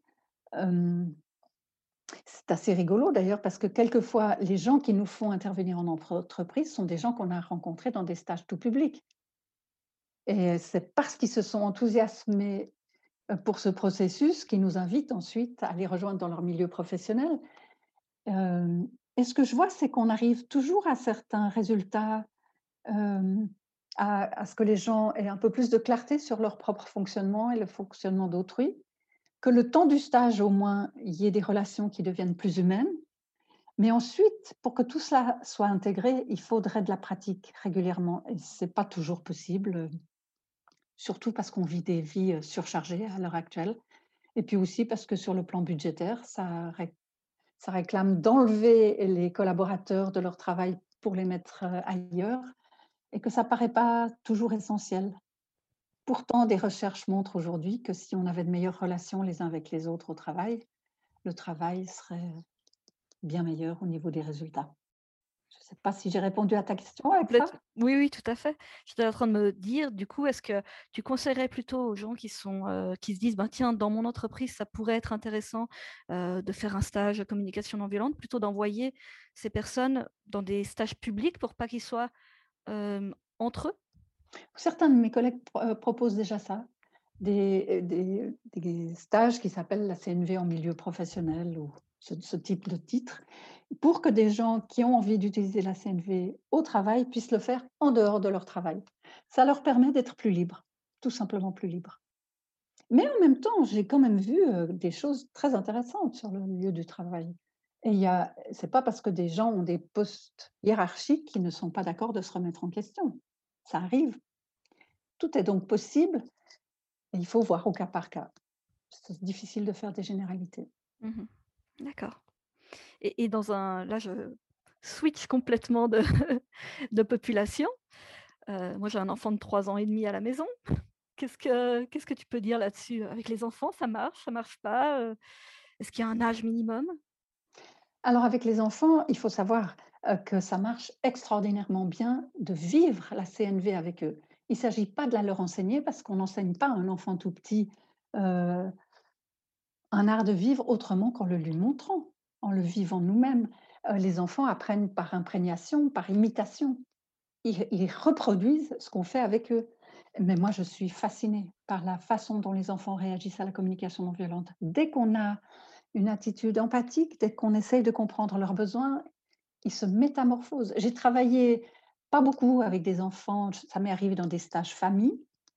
c'est assez rigolo d'ailleurs parce que quelquefois, les gens qui nous font intervenir en entreprise sont des gens qu'on a rencontrés dans des stages tout publics. Et c'est parce qu'ils se sont enthousiasmés pour ce processus qu'ils nous invitent ensuite à les rejoindre dans leur milieu professionnel. Et ce que je vois, c'est qu'on arrive toujours à certains résultats, hem, à ce que les gens aient un peu plus de clarté sur leur propre fonctionnement et le fonctionnement d'autrui, que le temps du stage, au moins, il y ait des relations qui deviennent plus humaines. Mais ensuite, pour que tout cela soit intégré, il faudrait de la pratique régulièrement et c'est pas toujours possible, surtout parce qu'on vit des vies, surchargées à l'heure actuelle et puis aussi parce que sur le plan budgétaire, ça réclame d'enlever les collaborateurs de leur travail pour les mettre, ailleurs et que ça paraît pas toujours essentiel. Pourtant, des recherches montrent aujourd'hui que si on avait de meilleures relations les uns avec les autres au travail, le travail serait bien meilleur au niveau des résultats. Je ne sais pas si j'ai répondu à ta question avec ça? Oui, oui, tout à fait. J'étais en train de me dire, du coup, est-ce que tu conseillerais plutôt aux gens qui se disent: «Ben, tiens, dans mon entreprise, ça pourrait être intéressant, de faire un stage de communication non violente», plutôt d'envoyer ces personnes dans des stages publics pour pas qu'ils soient, entre eux? Certains de mes collègues proposent déjà ça, des stages qui s'appellent la CNV en milieu professionnel ou ce type de titre, pour que des gens qui ont envie d'utiliser la CNV au travail puissent le faire en dehors de leur travail. Ça leur permet d'être plus libres, tout simplement plus libres. Mais en même temps, j'ai quand même vu, des choses très intéressantes sur le lieu du travail et c'est pas parce que des gens ont des postes hiérarchiques qu'ils ne sont pas d'accord de se remettre en question. Ça arrive. Tout est donc possible et il faut voir au cas par cas. C'est difficile de faire des généralités. Mmh. D'accord. Et dans un là, je switch complètement de de population. Moi, j'ai un enfant de 3 ans et demi à la maison. Qu'est-ce que tu peux dire là-dessus? Avec les enfants, ça marche pas? Est-ce qu'il y a un âge minimum? Alors avec les enfants, il faut savoir, que ça marche extraordinairement bien de vivre la CNV avec eux. Il ne s'agit pas de la leur enseigner parce qu'on n'enseigne pas à un enfant tout petit, heu, un art de vivre autrement qu'en le lui montrant, en le vivant nous-mêmes. Les enfants apprennent par imprégnation, par imitation. Ils reproduisent ce qu'on fait avec eux. Mais moi, je suis fascinée par la façon dont les enfants réagissent à la communication non violente. Dès qu'on a une attitude empathique, dès qu'on essaye de comprendre leurs besoins, ils se métamorphosent. J'ai travaillé pas beaucoup avec des enfants, ça m'est arrivé dans des stages famille,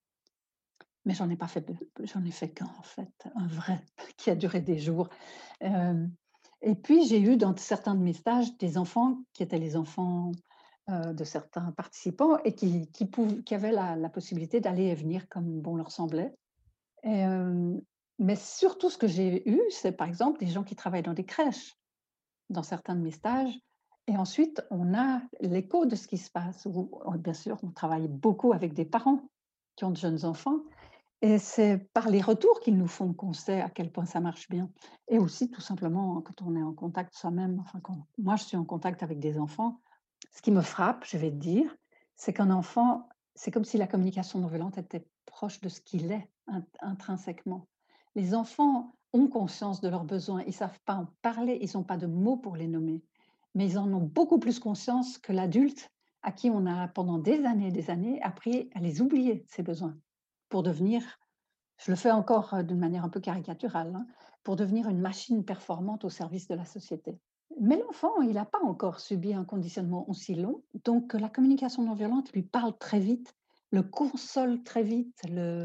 mais j'en ai fait qu'un en fait, un vrai qui a duré des jours. Hem Et puis j'ai eu dans certains de mes stages des enfants qui étaient les enfants, de certains participants et qui avaient la possibilité d'aller et venir comme bon leur semblait. Et mais surtout ce que j'ai eu, c'est par exemple des gens qui travaillent dans des crèches, dans certains de mes stages et ensuite on a l'écho de ce qui se passe ou bien sûr, on travaille beaucoup avec des parents qui ont de jeunes enfants et c'est par les retours qu'ils nous font qu'on sait à quel point ça marche bien et aussi tout simplement quand on est en contact soi-même, enfin quand moi je suis en contact avec des enfants, ce qui me frappe, je vais te dire, c'est qu'un enfant, c'est comme si la communication non violente était proche de ce qu'il est intrinsèquement. Les enfants ont conscience de leurs besoins, ils ne savent pas en parler, ils n'ont pas de mots pour les nommer, mais ils en ont beaucoup plus conscience que l'adulte à qui on a pendant des années appris à les oublier, ces besoins, pour devenir, je le fais encore d'une manière un peu caricaturale, hein, pour devenir une machine performante au service de la société. Mais l'enfant, il n'a pas encore subi un conditionnement aussi long, donc la communication non violente lui parle très vite, le console très vite,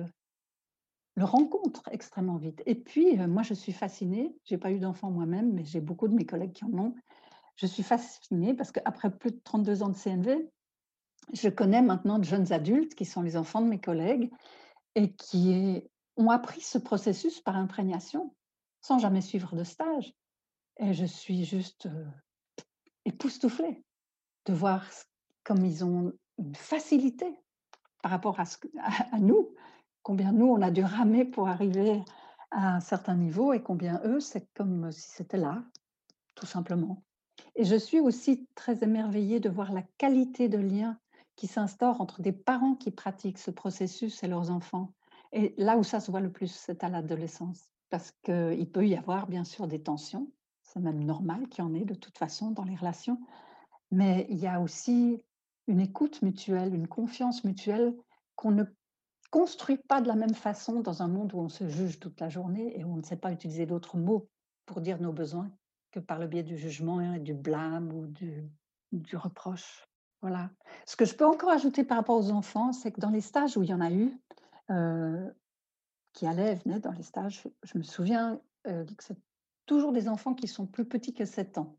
le rencontre extrêmement vite. Et puis, moi, je suis fascinée, j'ai pas eu d'enfant moi-même, mais j'ai beaucoup de mes collègues qui en ont. Je suis fascinée parce qu'après plus de 32 ans de CNV, je connais maintenant de jeunes adultes qui sont les enfants de mes collègues et ont appris ce processus par imprégnation, sans jamais suivre de stage. Et je suis juste, époustouflée de voir comme ils ont une facilité par rapport à nous Combien nous, on a dû ramer pour arriver à un certain niveau et combien eux, c'est comme si c'était là, tout simplement. Et je suis aussi très émerveillée de voir la qualité de lien qui s'instaure entre des parents qui pratiquent ce processus et leurs enfants. Et là où ça se voit le plus, c'est à l'adolescence. Parce qu'il peut y avoir bien sûr des tensions, c'est même normal qu'il y en ait de toute façon dans les relations, mais il y a aussi une écoute mutuelle, une confiance mutuelle qu'on ne construit pas de la même façon dans un monde où on se juge toute la journée et où on ne sait pas utiliser d'autres mots pour dire nos besoins que par le biais du jugement et du blâme ou du reproche. Voilà. Ce que je peux encore ajouter par rapport aux enfants, c'est que dans les stages où il y en a eu, euh, qui allaient et venaient dans les stages, je me souviens que c'est toujours des enfants qui sont plus petits que 7 ans.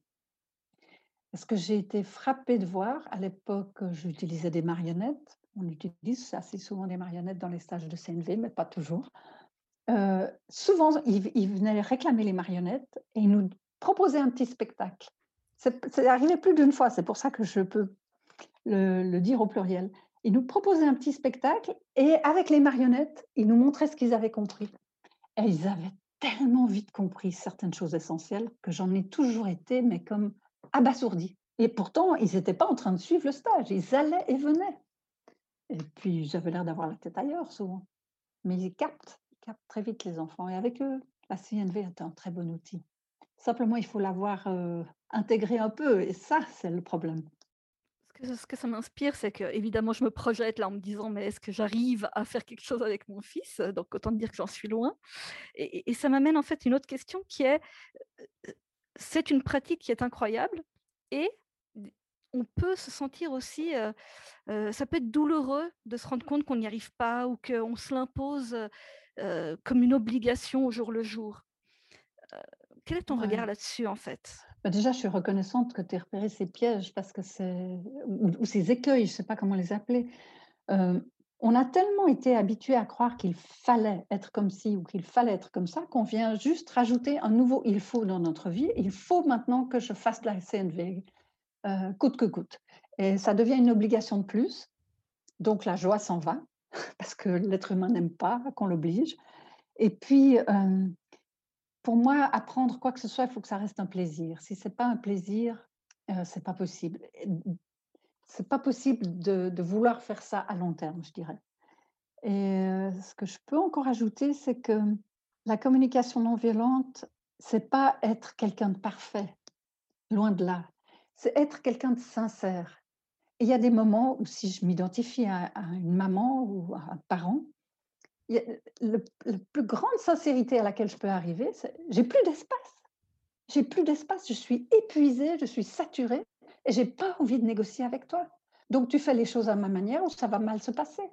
Ce que j'ai été frappée de voir, à l'époque, j'utilisais des marionnettes. On utilise assez souvent des marionnettes dans les stages de CNV, mais pas toujours. Souvent, ils venaient réclamer les marionnettes et ils nous proposaient un petit spectacle. C'est arrivé plus d'une fois, c'est pour ça que je peux le dire au pluriel. Ils nous proposaient un petit spectacle et avec les marionnettes, ils nous montraient ce qu'ils avaient compris. Et ils avaient tellement vite compris certaines choses essentielles que j'en ai toujours été, mais comme abasourdie. Et pourtant, ils n'étaient pas en train de suivre le stage, ils allaient et venaient. Et puis, j'avais l'air d'avoir la tête ailleurs souvent. Mais ils captent très vite les enfants. Et avec eux, la CNV est un très bon outil. Simplement, il faut l'avoir intégré un peu. Et ça, c'est le problème. Ce que ça m'inspire, c'est que évidemment, je me projette là en me disant: «Mais est-ce que j'arrive à faire quelque chose avec mon fils?» Donc autant dire que j'en suis loin et ça m'amène en fait une autre question qui est, c'est une pratique qui est incroyable et d on peut se sentir aussi, ça peut être douloureux de se rendre compte qu'on n'y arrive pas ou qu'on se l'impose, comme une obligation au jour le jour. Quel est ton regard Ouais. là-dessus, en fait? Bah, déjà, je suis reconnaissante que tu aies repéré ces pièges parce que ou ces écueils, je ne sais pas comment les appeler. Heu, on a tellement été habitués à croire qu'il fallait être comme ci ou qu'il fallait être comme ça, qu'on vient juste rajouter un nouveau «il faut» dans notre vie. Il faut maintenant que je fasse de la CNV, coûte que coûte, et ça devient une obligation de plus, donc la joie s'en va parce que l'être humain n'aime pas qu'on l'oblige. Et puis, pour moi, apprendre quoi que ce soit, il faut que ça reste un plaisir. Si c'est pas un plaisir, c'est pas possible. C'est pas possible de vouloir faire ça à long terme, je dirais. Et ce que je peux encore ajouter, c'est que la communication non violente, c'est pas être quelqu'un de parfait, loin de là. C'est être quelqu'un de sincère. Et il y a des moments où si je m'identifie à une maman ou à un parent, il y a la plus grande sincérité à laquelle je peux arriver, c'est: «J'ai plus d'espace, j'ai plus d'espace, je suis épuisée, je suis saturée et j'ai pas envie de négocier avec toi. Donc tu fais les choses à ma manière ou ça va mal se passer».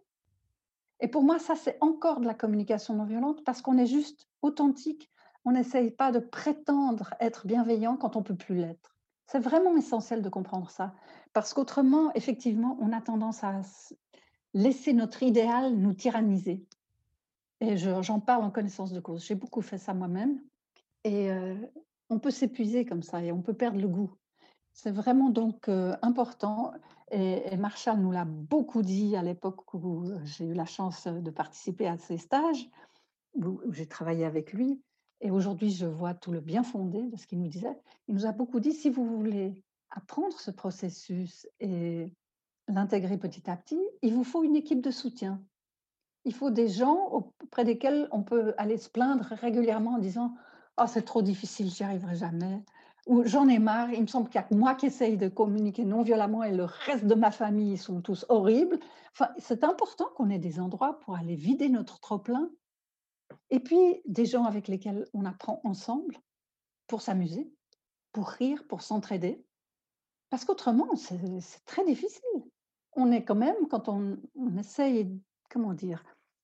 Et pour moi, ça, c'est encore de la communication non violente parce qu'on est juste authentique. On n'essaye pas de prétendre être bienveillant quand on peut plus l'être. C'est vraiment essentiel de comprendre ça parce qu'autrement, effectivement, on a tendance à laisser notre idéal nous tyranniser. Et j'en parle en connaissance de cause. J'ai beaucoup fait ça moi-même et on peut s'épuiser comme ça et on peut perdre le goût. C'est vraiment donc important, et Marshall nous l'a beaucoup dit à l'époque où j'ai eu la chance de participer à ses stages, où j'ai travaillé avec lui, et aujourd'hui je vois tout le bien fondé de ce qu'il nous disait. Il nous a beaucoup dit: «Si vous voulez apprendre ce processus et l'intégrer petit à petit, il vous faut une équipe de soutien. Il faut des gens auprès desquels on peut aller se plaindre régulièrement en disant: «Oh, c'est trop difficile, j'y arriverai jamais», ou «J'en ai marre, il me semble qu'il y a que moi qui essaye de communiquer non violemment et le reste de ma famille, ils sont tous horribles». Enfin, c'est important qu'on ait des endroits pour aller vider notre trop-plein et puis des gens avec lesquels on apprend ensemble pour s'amuser, pour rire, pour s'entraider. Parce qu'autrement, c'est très difficile. On est quand même, quand on essaye, comment dire?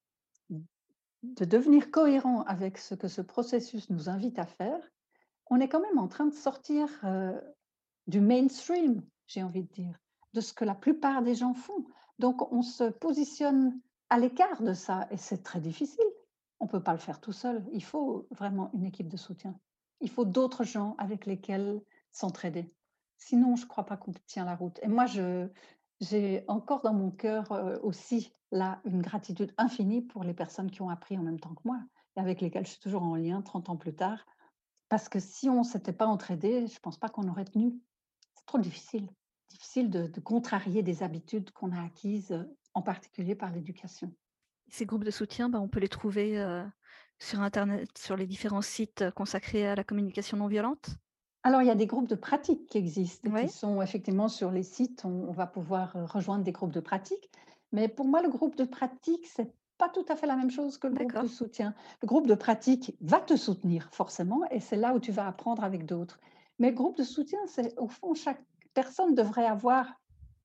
De devenir cohérent avec ce que ce processus nous invite à faire, on est quand même en train de sortir du mainstream, j'ai envie de dire, de ce que la plupart des gens font. Donc on se positionne à l'écart de ça et c'est très difficile. On ne peut pas le faire tout seul. Il faut vraiment une équipe de soutien. Il faut d'autres gens avec lesquels s'entraider. Sinon, je ne crois pas qu'on tient la route. Et moi, j'ai encore dans mon cœur, aussi, là, une gratitude infinie pour les personnes qui ont appris en même temps que moi et avec lesquelles je suis toujours en lien 30 ans plus tard. Parce que si on ne s'était pas entraidés, je ne pense pas qu'on aurait tenu. C'est trop difficile. Difficile de contrarier des habitudes qu'on a acquises, en particulier par l'éducation. Ces groupes de soutien, on peut les trouver, sur internet, sur les différents sites, consacrés à la communication non violente? Alors, il y a des groupes de pratique qui existent et qui Oui, sont effectivement sur les sites. On va pouvoir rejoindre des groupes de pratique. Mais pour moi, le groupe de pratique, c'est pas tout à fait la même chose que le groupe de d'accord. soutien. Le groupe de pratique va te soutenir forcément et c'est là où tu vas apprendre avec d'autres. Mais le groupe de soutien, c'est au fond, chaque personne devrait avoir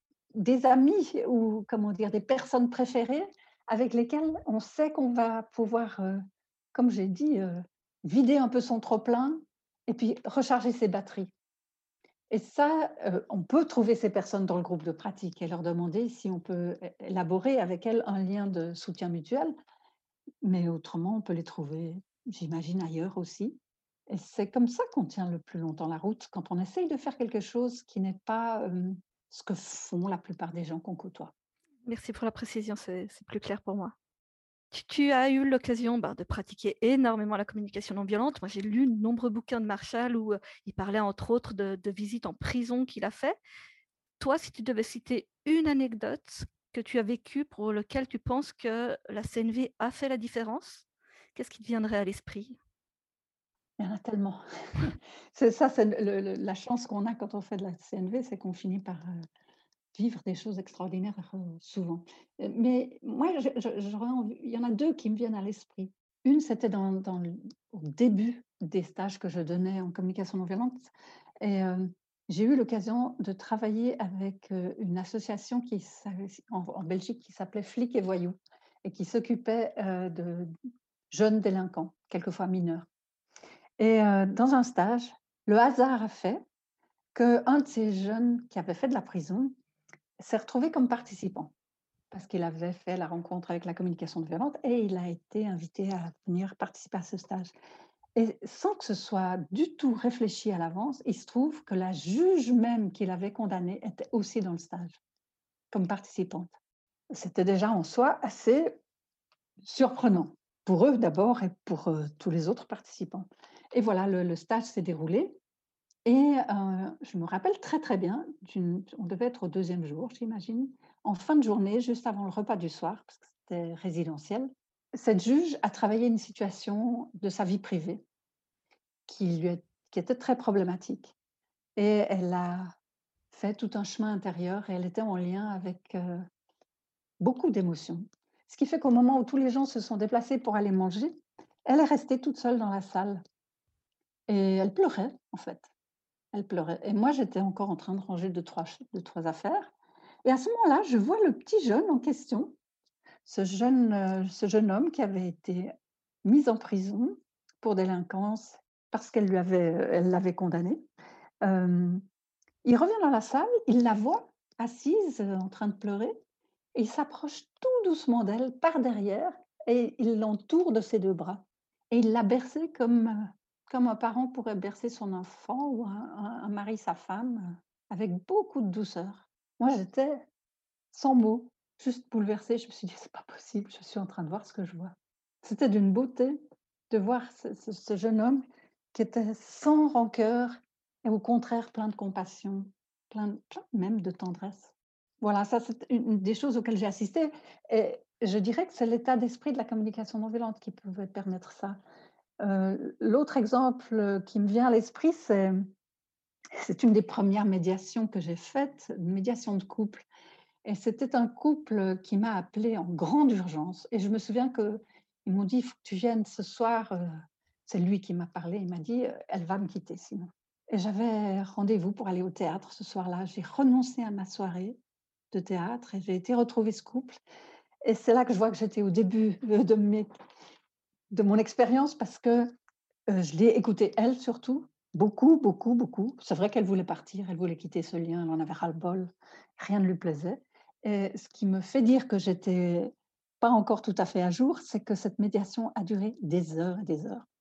des amis ou comment dire, des personnes préférées avec lesquelles on sait qu'on va pouvoir, comme j'ai dit, vider un peu son trop-plein et puis recharger ses batteries. Et ça, on peut trouver ces personnes dans le groupe de pratique et leur demander si on peut élaborer avec elles un lien de soutien mutuel, mais autrement, on peut les trouver, j'imagine, ailleurs aussi. Et c'est comme ça qu'on tient le plus longtemps la route, quand on essaye de faire quelque chose qui n'est pas, ce que font la plupart des gens qu'on côtoie. Merci pour la précision, c'est plus clair pour moi. Tu as eu l'occasion, de pratiquer énormément la communication non violente. Moi, j'ai lu de nombreux bouquins de Marshall où, il parlait entre autres de visites en prison qu'il a fait. Toi, si tu devais citer une anecdote que tu as vécue pour lequel tu penses que la CNV a fait la différence, qu'est-ce qui te viendrait à l'esprit? Il y en a tellement. C'est ça, c'est la chance qu'on a quand on fait de la CNV, c'est qu'on finit par, vivre des choses extraordinaires, souvent. Mais moi, j'aurais envie il y en a 2 qui me viennent à l'esprit. Une, c'était dans le au début des stages que je donnais en communication non violente et j'ai eu l'occasion de travailler avec, une association qui en Belgique qui s'appelait Flics et Voyous et qui s'occupait, de jeunes délinquants, quelquefois mineurs. Et dans un stage, le hasard a fait qu'un de ces jeunes qui avait fait de la prison s'est retrouvé comme participant parce qu'il avait fait la rencontre avec la communication non violente et il a été invité à venir participer à ce stage. Et sans que ce soit du tout réfléchi à l'avance, il se trouve que la juge même qu'il avait condamnée était aussi dans le stage, comme participante. C'était déjà en soi assez surprenant, pour eux d'abord et pour, tous les autres participants. Et voilà, le stage s'est déroulé et je me rappelle très, très bien on devait être au deuxième jour, j'imagine. En fin de journée, juste avant le repas du soir, parce que c'était résidentiel, cette juge a travaillé une situation de sa vie privée qui lui est qui était très problématique et elle a fait tout un chemin intérieur et elle était en lien avec, beaucoup d'émotions. Ce qui fait qu'au moment où tous les gens se sont déplacés pour aller manger, elle est restée toute seule dans la salle et elle pleurait, en fait. Elle pleurait et moi, j'étais encore en train de ranger deux trois affaires et à ce moment-là, je vois le petit jeune en question, ce jeune homme qui avait été mis en prison pour délinquance parce elle l'avait condamné. Hem, il revient dans la salle, il la voit assise, en train de pleurer et il s'approche tout doucement d'elle par derrière et il l'entoure de ses 2 bras et il l'a bercée comme un parent pourrait bercer son enfant ou un mari sa femme, avec beaucoup de douceur. Moi, j'étais sans mots, juste bouleversée. Je me suis dit: «C'est pas possible, je suis en train de voir ce que je vois». C'était d'une beauté de voir ce jeune homme qui était sans rancœur et au contraire plein de compassion, plein même de tendresse. Voilà, ça c'est une des choses auxquelles j'ai assisté et je dirais que c'est l'état d'esprit de la communication non violente qui pouvait permettre ça. L'autre exemple, qui me vient à l'esprit, c'est une des premières médiations que j'ai faites, une médiation de couple et c'était un couple qui m'a appelée en grande urgence et je me souviens qu'ils m'ont dit: «Il faut que tu viennes ce soir», c'est lui qui m'a parlé, il m'a dit: «Elle va me quitter sinon» et j'avais rendez-vous pour aller au théâtre ce soir-là. J'ai renoncé à ma soirée de théâtre et j'ai été retrouver ce couple et c'est là que je vois que j'étais au début, de mon expérience parce que, je l'ai écoutée elle surtout, beaucoup, beaucoup, beaucoup. C'est vrai qu'elle voulait partir, elle voulait quitter ce lien, elle en avait ras-le-bol, rien ne lui plaisait et ce qui me fait dire que j'étais pas encore tout à fait à jour, c'est que cette médiation a duré des heures et des heures.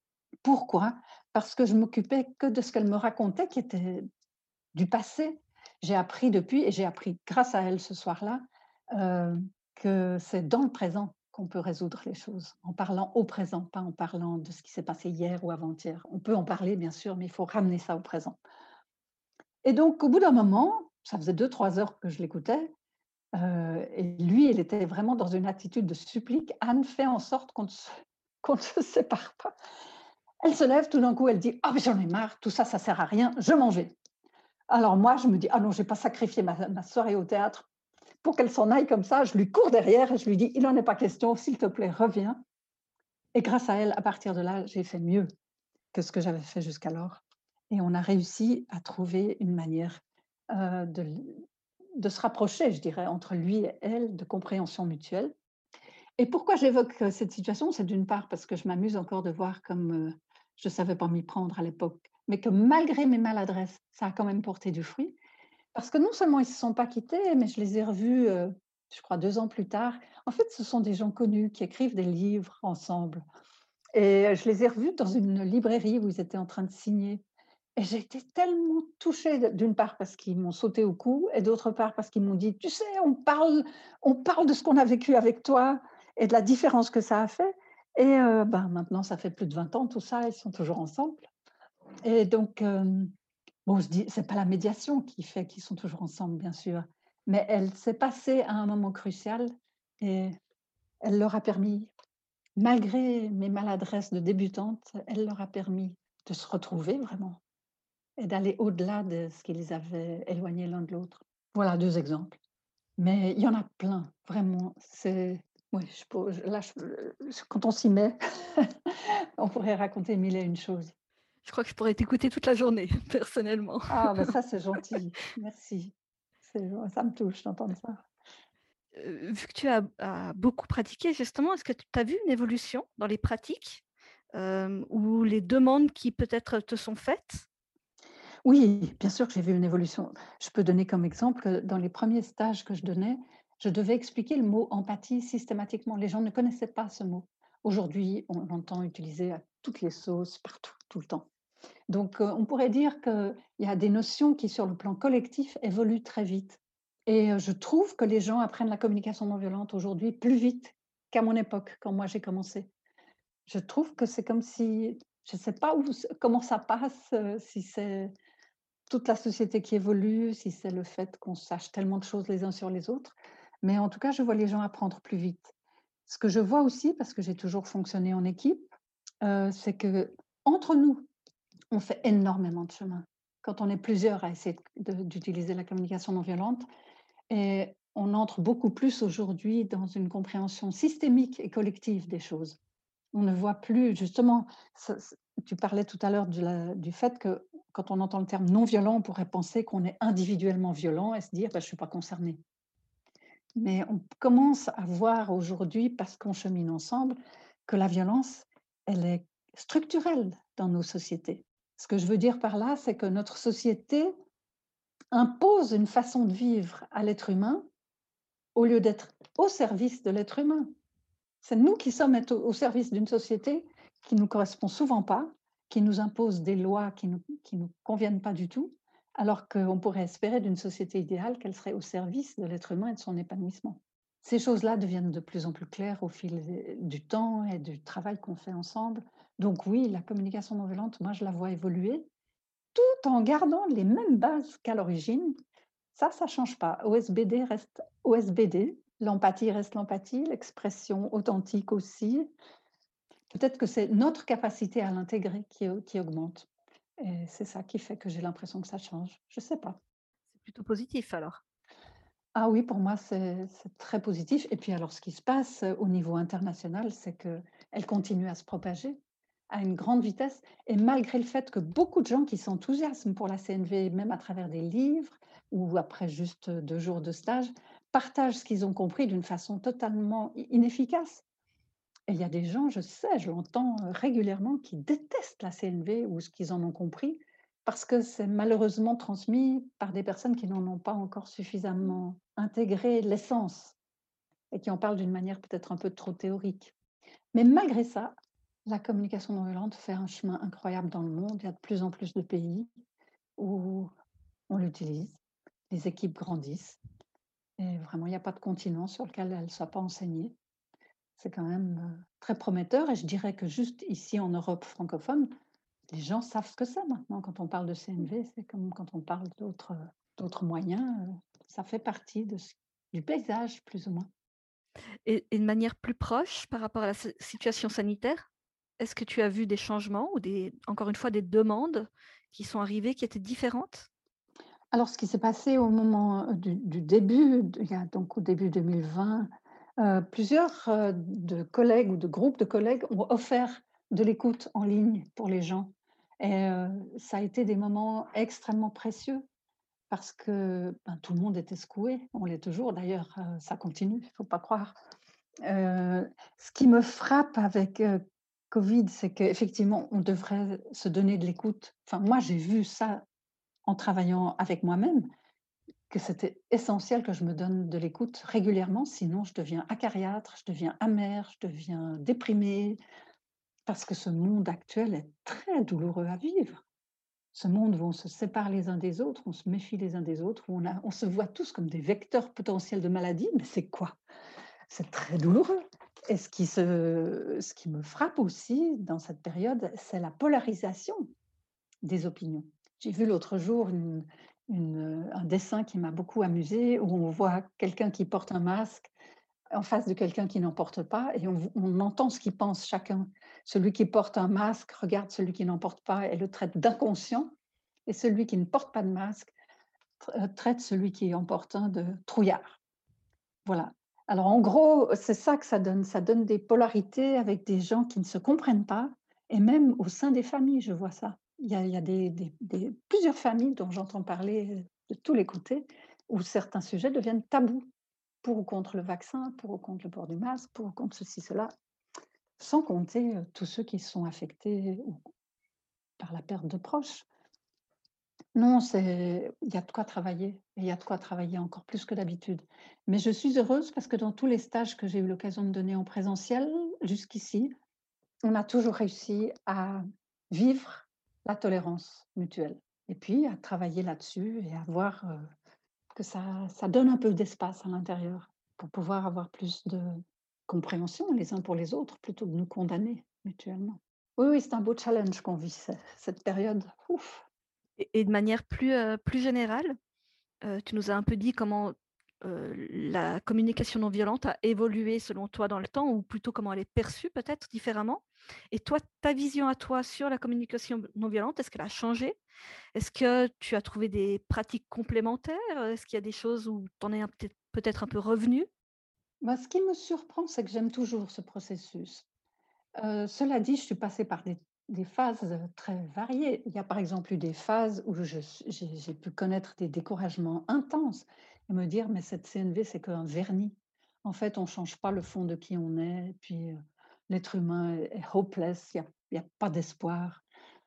Pourquoi? Parce que je m'occupais que de ce qu'elle me racontait qui était du passé J'ai appris depuis et j'ai appris grâce à elle ce soir-là, heu, que c'est dans le présent qu'on peut résoudre les choses, en parlant au présent, pas en parlant de ce qui s'est passé hier ou avant-hier. On peut en parler bien sûr, mais il faut ramener ça au présent. Et donc au bout d'un moment, ça faisait 2 3 heures que je l'écoutais, et lui, il était vraiment dans une attitude de supplique: «Anne, fais en sorte qu'on ne se qu'on ne se sépare pas». Elle se lève, tout d'un coup, elle dit: «Ah mais j'en ai marre, tout ça, ça sert à rien, je m'en vais». Alors moi, je me dis: «Ah non, je vais pas sacrifier ma soirée au théâtre pour qu'elle s'en aille comme ça». Je lui cours derrière et je lui dis: «Il n'en est pas question, s'il te plaît, reviens». Et grâce à elle, à partir de là, j'ai fait mieux que ce que j'avais fait jusqu'alors et on a réussi à trouver une manière, de se rapprocher, je dirais, entre lui et elle, de compréhension mutuelle. Et pourquoi j'évoque, cette situation? C'est d'une part parce que je m'amuse encore de voir comme, je ne savais pas m'y prendre à l'époque, mais que malgré mes maladresses, ça a quand même porté du fruit. Parce que non seulement ils ne se sont pas quittés, mais je les ai revus, je crois 2 ans plus tard. En fait, ce sont des gens connus qui écrivent des livres ensemble et je les ai revus dans une librairie où ils étaient en train de signer et j'ai été tellement touchée d'une part parce qu'ils m'ont sauté au cou et d'autre part parce qu'ils m'ont dit: «Tu sais, on parle de ce qu'on a vécu avec toi et de la différence que ça a fait» et ben, maintenant ça fait plus de 20 ans tout ça, ils sont toujours ensemble et donc bon, je dis c'est pas la médiation qui fait qu'ils sont toujours ensemble bien sûr, mais elle s'est passée à un moment crucial et elle leur a permis, malgré mes maladresses de débutante, elle leur a permis de se retrouver vraiment. Et d'aller au-delà de ce qui les avait éloignés l'un de l'autre. Voilà 2 exemples, mais il y en a plein, vraiment, c'est ouais, je peux je là, quand on s'y met, on pourrait raconter mille et une choses. Je crois que je pourrais t'écouter toute la journée, personnellement. Ah, bah, ça, c'est gentil, merci. Ça me touche d'entendre ça. Vu que tu as beaucoup pratiqué justement, est-ce que tu as vu une évolution dans les pratiques, ou les demandes qui peut-être te sont faites? Oui, bien sûr que j'ai vu une évolution. Je peux donner comme exemple que dans les premiers stages que je donnais, je devais expliquer le mot empathie systématiquement. Les gens ne connaissaient pas ce mot. Aujourd'hui, on l'entend utilisé à toutes les sauces, partout, tout le temps. Donc, on pourrait dire qu'il y a des notions qui, sur le plan collectif, évoluent très vite. Et je trouve que les gens apprennent la communication non violente aujourd'hui plus vite qu'à mon époque, quand moi j'ai commencé. Je trouve que c'est comme si, je ne sais pas comment ça passe, si c'est toute la société qui évolue, si c'est le fait qu'on sache tellement de choses les uns sur les autres, mais en tout cas, je vois les gens apprendre plus vite. Ce que je vois aussi, parce que j'ai toujours fonctionné en équipe, c'est que entre nous, on fait énormément de chemin. Quand on est plusieurs à essayer d'utiliser la communication non violente et on entre beaucoup plus aujourd'hui dans une compréhension systémique et collective des choses. On ne voit plus justement, tu parlais tout à l'heure du fait que quand on entend le terme non violent, on pourrait penser qu'on est individuellement violent et se dire: «Bah, je ne suis pas concerné». Mais on commence à voir aujourd'hui, parce qu'on chemine ensemble, que la violence, elle est structurelle dans nos sociétés. Ce que je veux dire par là, c'est que notre société impose une façon de vivre à l'être humain au lieu d'être au service de l'être humain. C'est nous qui sommes au service d'une société qui ne nous correspond souvent pas, qui nous impose des lois qui nous conviennent pas du tout, alors qu'on pourrait espérer d'une société idéale qu'elle serait au service de l'être humain et de son épanouissement. Ces choses-là deviennent de plus en plus claires au fil du temps et du travail qu'on fait ensemble. Donc oui, la communication non violente, moi je la vois évoluer tout en gardant les mêmes bases qu'à l'origine. Ça change pas. OSBD reste OSBD, l'empathie reste l'empathie, l'expression authentique aussi. Peut-être que c'est notre capacité à l'intégrer qui augmente et c'est ça qui fait que j'ai l'impression que ça change. Je sais pas. C'est plutôt positif alors? Ah oui, pour moi, c'est très positif et puis alors ce qui se passe, au niveau international, c'est qu'elle continue à se propager à une grande vitesse et malgré le fait que beaucoup de gens qui s'enthousiasment pour la CNV, même à travers des livres ou après juste, 2 jours de stage, partagent ce qu'ils ont compris d'une façon totalement inefficace. Et il y a des gens, je sais, je l'entends, régulièrement, qui détestent la CNV ou ce qu'ils en ont compris, parce que c'est malheureusement transmis par des personnes qui n'en ont pas encore suffisamment intégré l'essence et qui en parlent d'une manière peut-être un peu trop théorique. Mais malgré ça, la communication non violente fait un chemin incroyable dans le monde. Il y a de plus en plus de pays où on l'utilise les équipes grandissent et vraiment, il n'y a pas de continent sur lequel elles ne soient pas enseignées. C'est quand même très prometteur et je dirais que juste ici en Europe francophone, les gens savent ce que c'est maintenant. Quand on parle de CNV, c'est comme quand on parle d'autres moyens, ça fait partie du paysage plus ou moins. Et de manière plus proche par rapport à la situation sanitaire, est-ce que tu as vu des changements ou encore une fois, des demandes qui sont arrivées qui étaient différentes? Alors ce qui s'est passé au moment, du début, il y a donc au début 2020, plusieurs, de collègues ou de groupes de collègues ont offert de l'écoute en ligne pour les gens et ça a été des moments extrêmement précieux parce que, ben, tout le monde était secoué. On l'est toujours d'ailleurs, ça continue, il ne faut pas croire. Ce qui me frappe avec, covid, c'est qu'effectivement, on devrait se donner de l'écoute. Enfin, moi, j'ai vu ça en travaillant avec moi-même, que c'était essentiel que je me donne de l'écoute régulièrement, sinon je deviens acariâtre, je deviens amère, je deviens déprimée, parce que ce monde actuel est très douloureux à vivre. Ce monde où on se sépare les uns des autres, on se méfie les uns des autres, où on se voit tous comme des vecteurs potentiels de maladie, mais c'est quoi? C'est très douloureux. Et ce qui me frappe aussi dans cette période, c'est la polarisation des opinions. J'ai vu l'autre jour un dessin qui m'a beaucoup amusée, où on voit quelqu'un qui porte un masque en face de quelqu'un qui n'en porte pas et on entend ce qu'ils pensent chacun. Celui qui porte un masque regarde celui qui n'en porte pas et le traite d'inconscient et celui qui ne porte pas de masque traite celui qui en porte un de trouillard. Voilà. Alors en gros, c'est ça que ça donne. Ça donne des polarités avec des gens qui ne se comprennent pas et même au sein des familles, je vois ça. Il y a plusieurs familles dont j'entends parler de tous les côtés où certains sujets deviennent tabous, pour ou contre le vaccin, pour ou contre le port du masque, pour ou contre ceci, cela, sans compter tous ceux qui sont affectés par la perte de proches. Non, il y a de quoi travailler et il y a de quoi travailler encore plus que d'habitude. Mais je suis heureuse parce que dans tous les stages que j'ai eu l'occasion de donner en présentiel jusqu'ici, on a toujours réussi à vivre la tolérance mutuelle et puis à travailler là-dessus et à voir, que ça donne un peu d'espace à l'intérieur pour pouvoir avoir plus de compréhension les uns pour les autres plutôt que de nous condamner mutuellement. Oui, oui, c'est un beau challenge qu'on vit cette période. Ouf! Et de manière plus générale, tu nous as un peu dit comment, la communication non violente a évolué selon toi dans le temps ou plutôt comment elle est perçue peut-être différemment? Et toi, ta vision à toi sur la communication non violente, est-ce qu'elle a changé? Est-ce que tu as trouvé des pratiques complémentaires? Est-ce qu'il y a des choses où tu en es peut-être un peu revenu? Moi, ce qui me surprend, c'est que j'aime toujours ce processus. Cela dit, je suis passée par des phases très variées. Il y a par exemple eu des phases où j'ai pu connaître des découragements intenses et me dire: «Mais cette CNV, c'est qu'un vernis. En fait, on ne change pas le fond de qui on est et puis, l'être humain est hopeless, il y a pas d'espoir.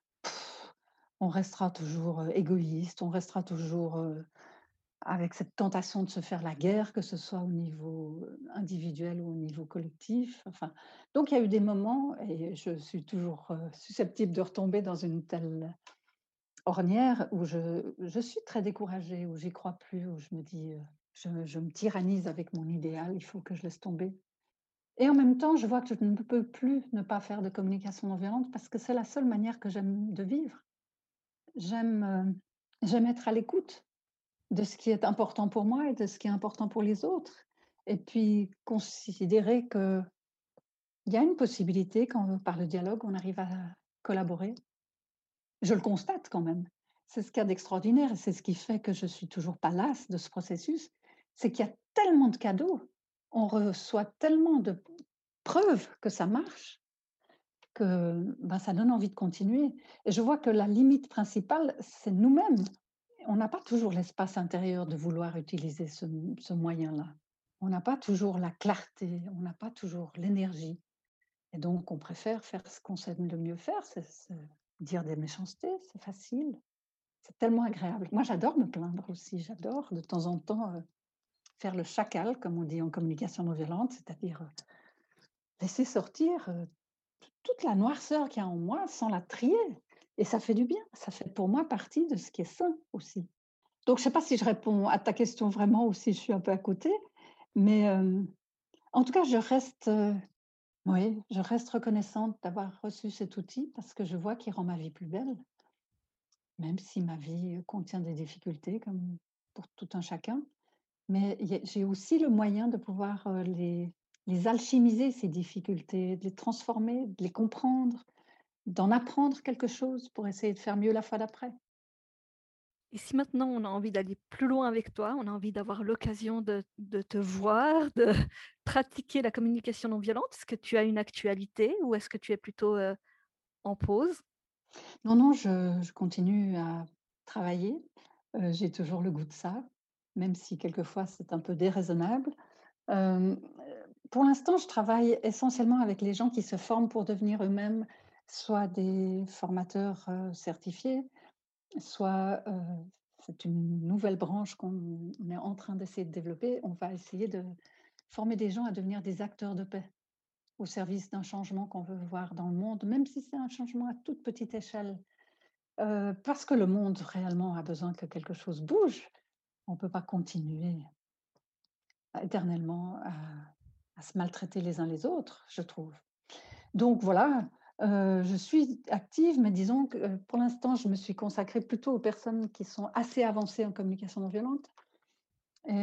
On restera toujours, égoïste, on restera toujours, avec cette tentation de se faire la guerre, que ce soit au niveau, individuel ou au niveau collectif, enfin, donc il y a eu des moments et je suis toujours, susceptible de retomber dans une telle ornière où je suis très découragée, où j'y crois plus, où je me dis, je me tyrannise avec mon idéal, il faut que je laisse tomber et en même temps, je vois que je ne peux plus ne pas faire de communication non violente parce que c'est la seule manière que j'aime de vivre. J'aime, j'aime être à l'écoute de ce qui est important pour moi et de ce qui est important pour les autres. Et puis considérer qu'il y a une possibilité quand par le dialogue, on arrive à collaborer. Je le constate quand même. C'est ce qu'il y a d'extraordinaire et c'est ce qui fait que je suis toujours pas lasse de ce processus, c'est qu'il y a tellement de cadeaux. On reçoit tellement de preuves que ça marche que, ben, ça donne envie de continuer et je vois que la limite principale, c'est nous-mêmes. On n'a pas toujours l'espace intérieur de vouloir utiliser ce moyen-là. On n'a pas toujours la clarté, on n'a pas toujours l'énergie et donc on préfère faire ce qu'on sait le mieux faire, c'est dire des méchancetés, c'est facile, c'est tellement agréable. Moi, j'adore me plaindre aussi, j'adore de temps en temps, faire le chacal, comme on dit en communication non violente, c'est-à-dire, laisser sortir, toute la noirceur qu'il y a en moi sans la trier et ça fait du bien. Ça fait pour moi partie de ce qui est sain aussi. Donc, je ne sais pas si je réponds à ta question vraiment ou si je suis un peu à côté, mais en tout cas, oui, je reste reconnaissante d'avoir reçu cet outil parce que je vois qu'il rend ma vie plus belle, même si ma vie contient des difficultés comme pour tout un chacun. Mais j'ai aussi le moyen de pouvoir les alchimiser, ces difficultés, de les transformer, de les comprendre, d'en apprendre quelque chose pour essayer de faire mieux la fois d'après. Et si maintenant on a envie d'aller plus loin avec toi, on a envie d'avoir l'occasion de te voir, de pratiquer la communication non violente, est-ce que tu as une actualité ou est-ce que tu es plutôt en pause? Non, non, je continue à travailler. J'ai toujours le goût de ça, même si quelquefois c'est un peu déraisonnable. Hem, pour l'instant, je travaille essentiellement avec les gens qui se forment pour devenir eux-mêmes soit des formateurs, certifiés, soit, c'est une nouvelle branche qu'on on est en train d'essayer de développer. On va essayer de former des gens à devenir des acteurs de paix, au service d'un changement qu'on veut voir dans le monde, même si c'est un changement à toute petite échelle. Parce que le monde réellement a besoin que quelque chose bouge. On ne peut pas continuer éternellement à se maltraiter les uns les autres, je trouve. Donc voilà, je suis active, mais disons que, pour l'instant, je me suis consacrée plutôt aux personnes qui sont assez avancées en communication non violente et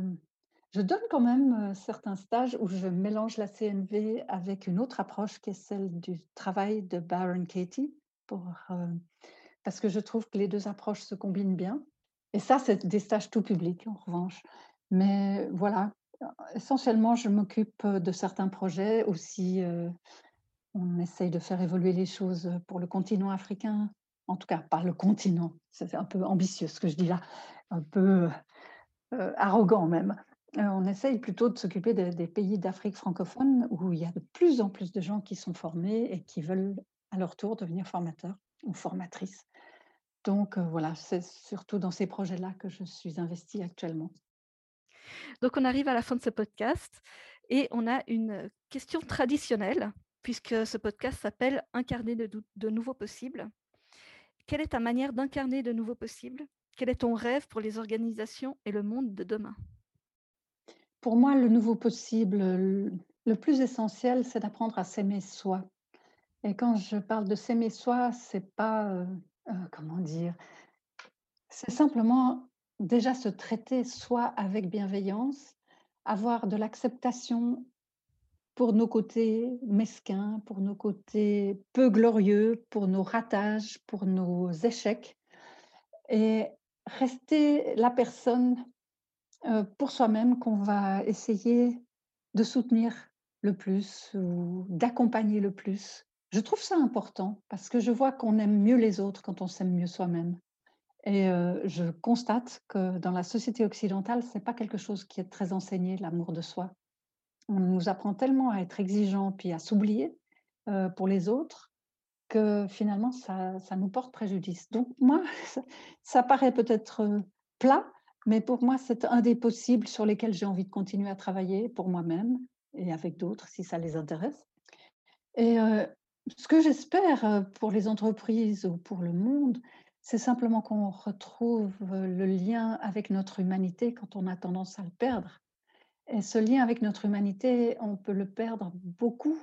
je donne quand même, certains stages où je mélange la CNV avec une autre approche qui est celle du travail de Byron Katie pour, parce que je trouve que les 2 approches se combinent bien et ça, c'est des stages tout publics en revanche. Mais voilà, essentiellement, je m'occupe, de certains projets aussi, on essaye de faire évoluer les choses, pour le continent africain. En tout cas, pas le continent, ça c'est un peu ambitieux ce que je dis là, un peu, arrogant même. On essaye plutôt de s'occuper des pays d'Afrique francophone où il y a de plus en plus de gens qui sont formés et qui veulent à leur tour devenir formateurs ou formatrices. Donc voilà, c'est surtout dans ces projets-là que je suis investie actuellement. Donc on arrive à la fin de ce podcast et on a une question traditionnelle puisque ce podcast s'appelle «Incarner de nouveaux possibles». Quelle est ta manière d'incarner de nouveaux possibles? Quel est ton rêve pour les organisations et le monde de demain? Pour moi, le nouveau possible, le plus essentiel, c'est d'apprendre à s'aimer soi. Et quand je parle de s'aimer soi, c'est pas, comment dire? C'est simplement déjà se traiter soi avec bienveillance, avoir de l'acceptation pour nos côtés mesquins, pour nos côtés peu glorieux, pour nos ratages, pour nos échecs et rester la personne, pour soi-même qu'on va essayer de soutenir le plus ou d'accompagner le plus. Je trouve ça important parce que je vois qu'on aime mieux les autres quand on s'aime mieux soi-même et je constate que dans la société occidentale, c'est pas quelque chose qui est très enseigné, l'amour de soi. On nous apprend tellement à être exigeants puis à s'oublier, pour les autres que finalement ça nous porte préjudice. Donc moi, ça paraît peut-être, plat, mais pour moi, c'est un des possibles sur lesquels j'ai envie de continuer à travailler pour moi-même et avec d'autres si ça les intéresse et ce que j'espère, pour les entreprises ou pour le monde, c'est simplement qu'on retrouve, le lien avec notre humanité quand on a tendance à le perdre et ce lien avec notre humanité, on peut le perdre beaucoup,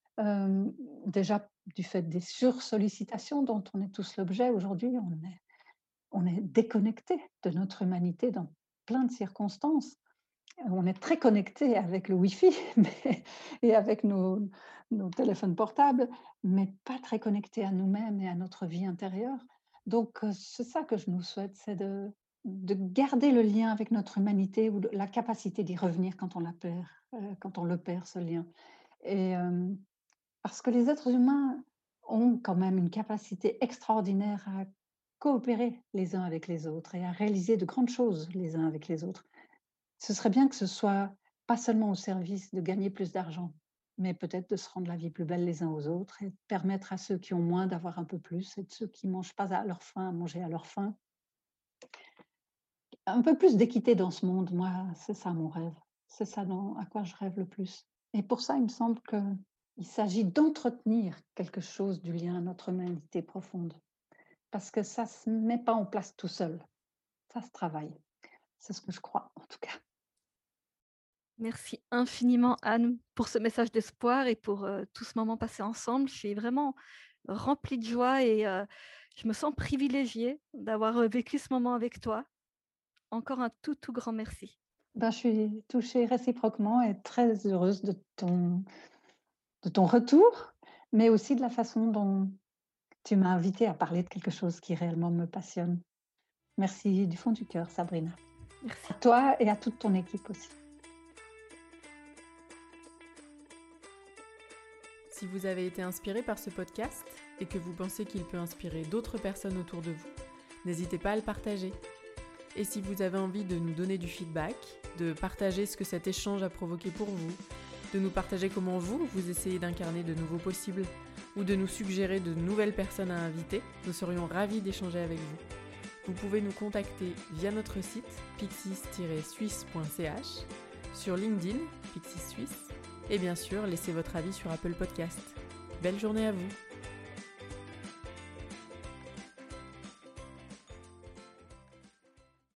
déjà du fait des sursollicitations dont on est tous l'objet aujourd'hui. On est déconnecté de notre humanité dans plein de circonstances. On est très connecté avec le Wi-Fi mais et avec nos téléphones portables, mais pas très connecté à nous-mêmes et à notre vie intérieure. Donc c'est ça que je nous souhaite, c'est de garder le lien avec notre humanité ou de la capacité d'y revenir quand on la perd, quand on le perd ce lien et parce que les êtres humains ont quand même une capacité extraordinaire à coopérer les uns avec les autres et à réaliser de grandes choses les uns avec les autres. Ce serait bien que ce soit pas seulement au service de gagner plus d'argent, mais peut-être de se rendre la vie plus belle les uns aux autres et de permettre à ceux qui ont moins d'avoir un peu plus et de ceux qui mangent pas à leur faim, à manger à leur faim. Un peu plus d'équité dans ce monde, moi, c'est ça mon rêve. C'est ça à quoi je rêve le plus. Et pour ça, il me semble qu'il s'agit d'entretenir quelque chose du lien à notre humanité profonde. Parce que ça ne se met pas en place tout seul. Ça se travaille. C'est ce que je crois, en tout cas. Merci infiniment, Anne, pour ce message d'espoir et pour tout ce moment passé ensemble. Je suis vraiment remplie de joie et je me sens privilégiée d'avoir vécu ce moment avec toi. Encore un tout, tout grand merci. Je suis touchée réciproquement et très heureuse de ton retour, mais aussi de la façon dont tu m'as invitée à parler de quelque chose qui réellement me passionne. Merci du fond du cœur, Sabrina. Merci. À toi et à toute ton équipe aussi. Si vous avez été inspiré par ce podcast et que vous pensez qu'il peut inspirer d'autres personnes autour de vous, n'hésitez pas à le partager. Et si vous avez envie de nous donner du feedback, de partager ce que cet échange a provoqué pour vous, de nous partager comment vous essayez d'incarner de nouveaux possibles, ou de nous suggérer de nouvelles personnes à inviter, nous serions ravis d'échanger avec vous. Vous pouvez nous contacter via notre site pixis-suisse.ch, sur LinkedIn, Pixis Suisse, et bien sûr, laissez votre avis sur Apple Podcast. Belle journée à vous!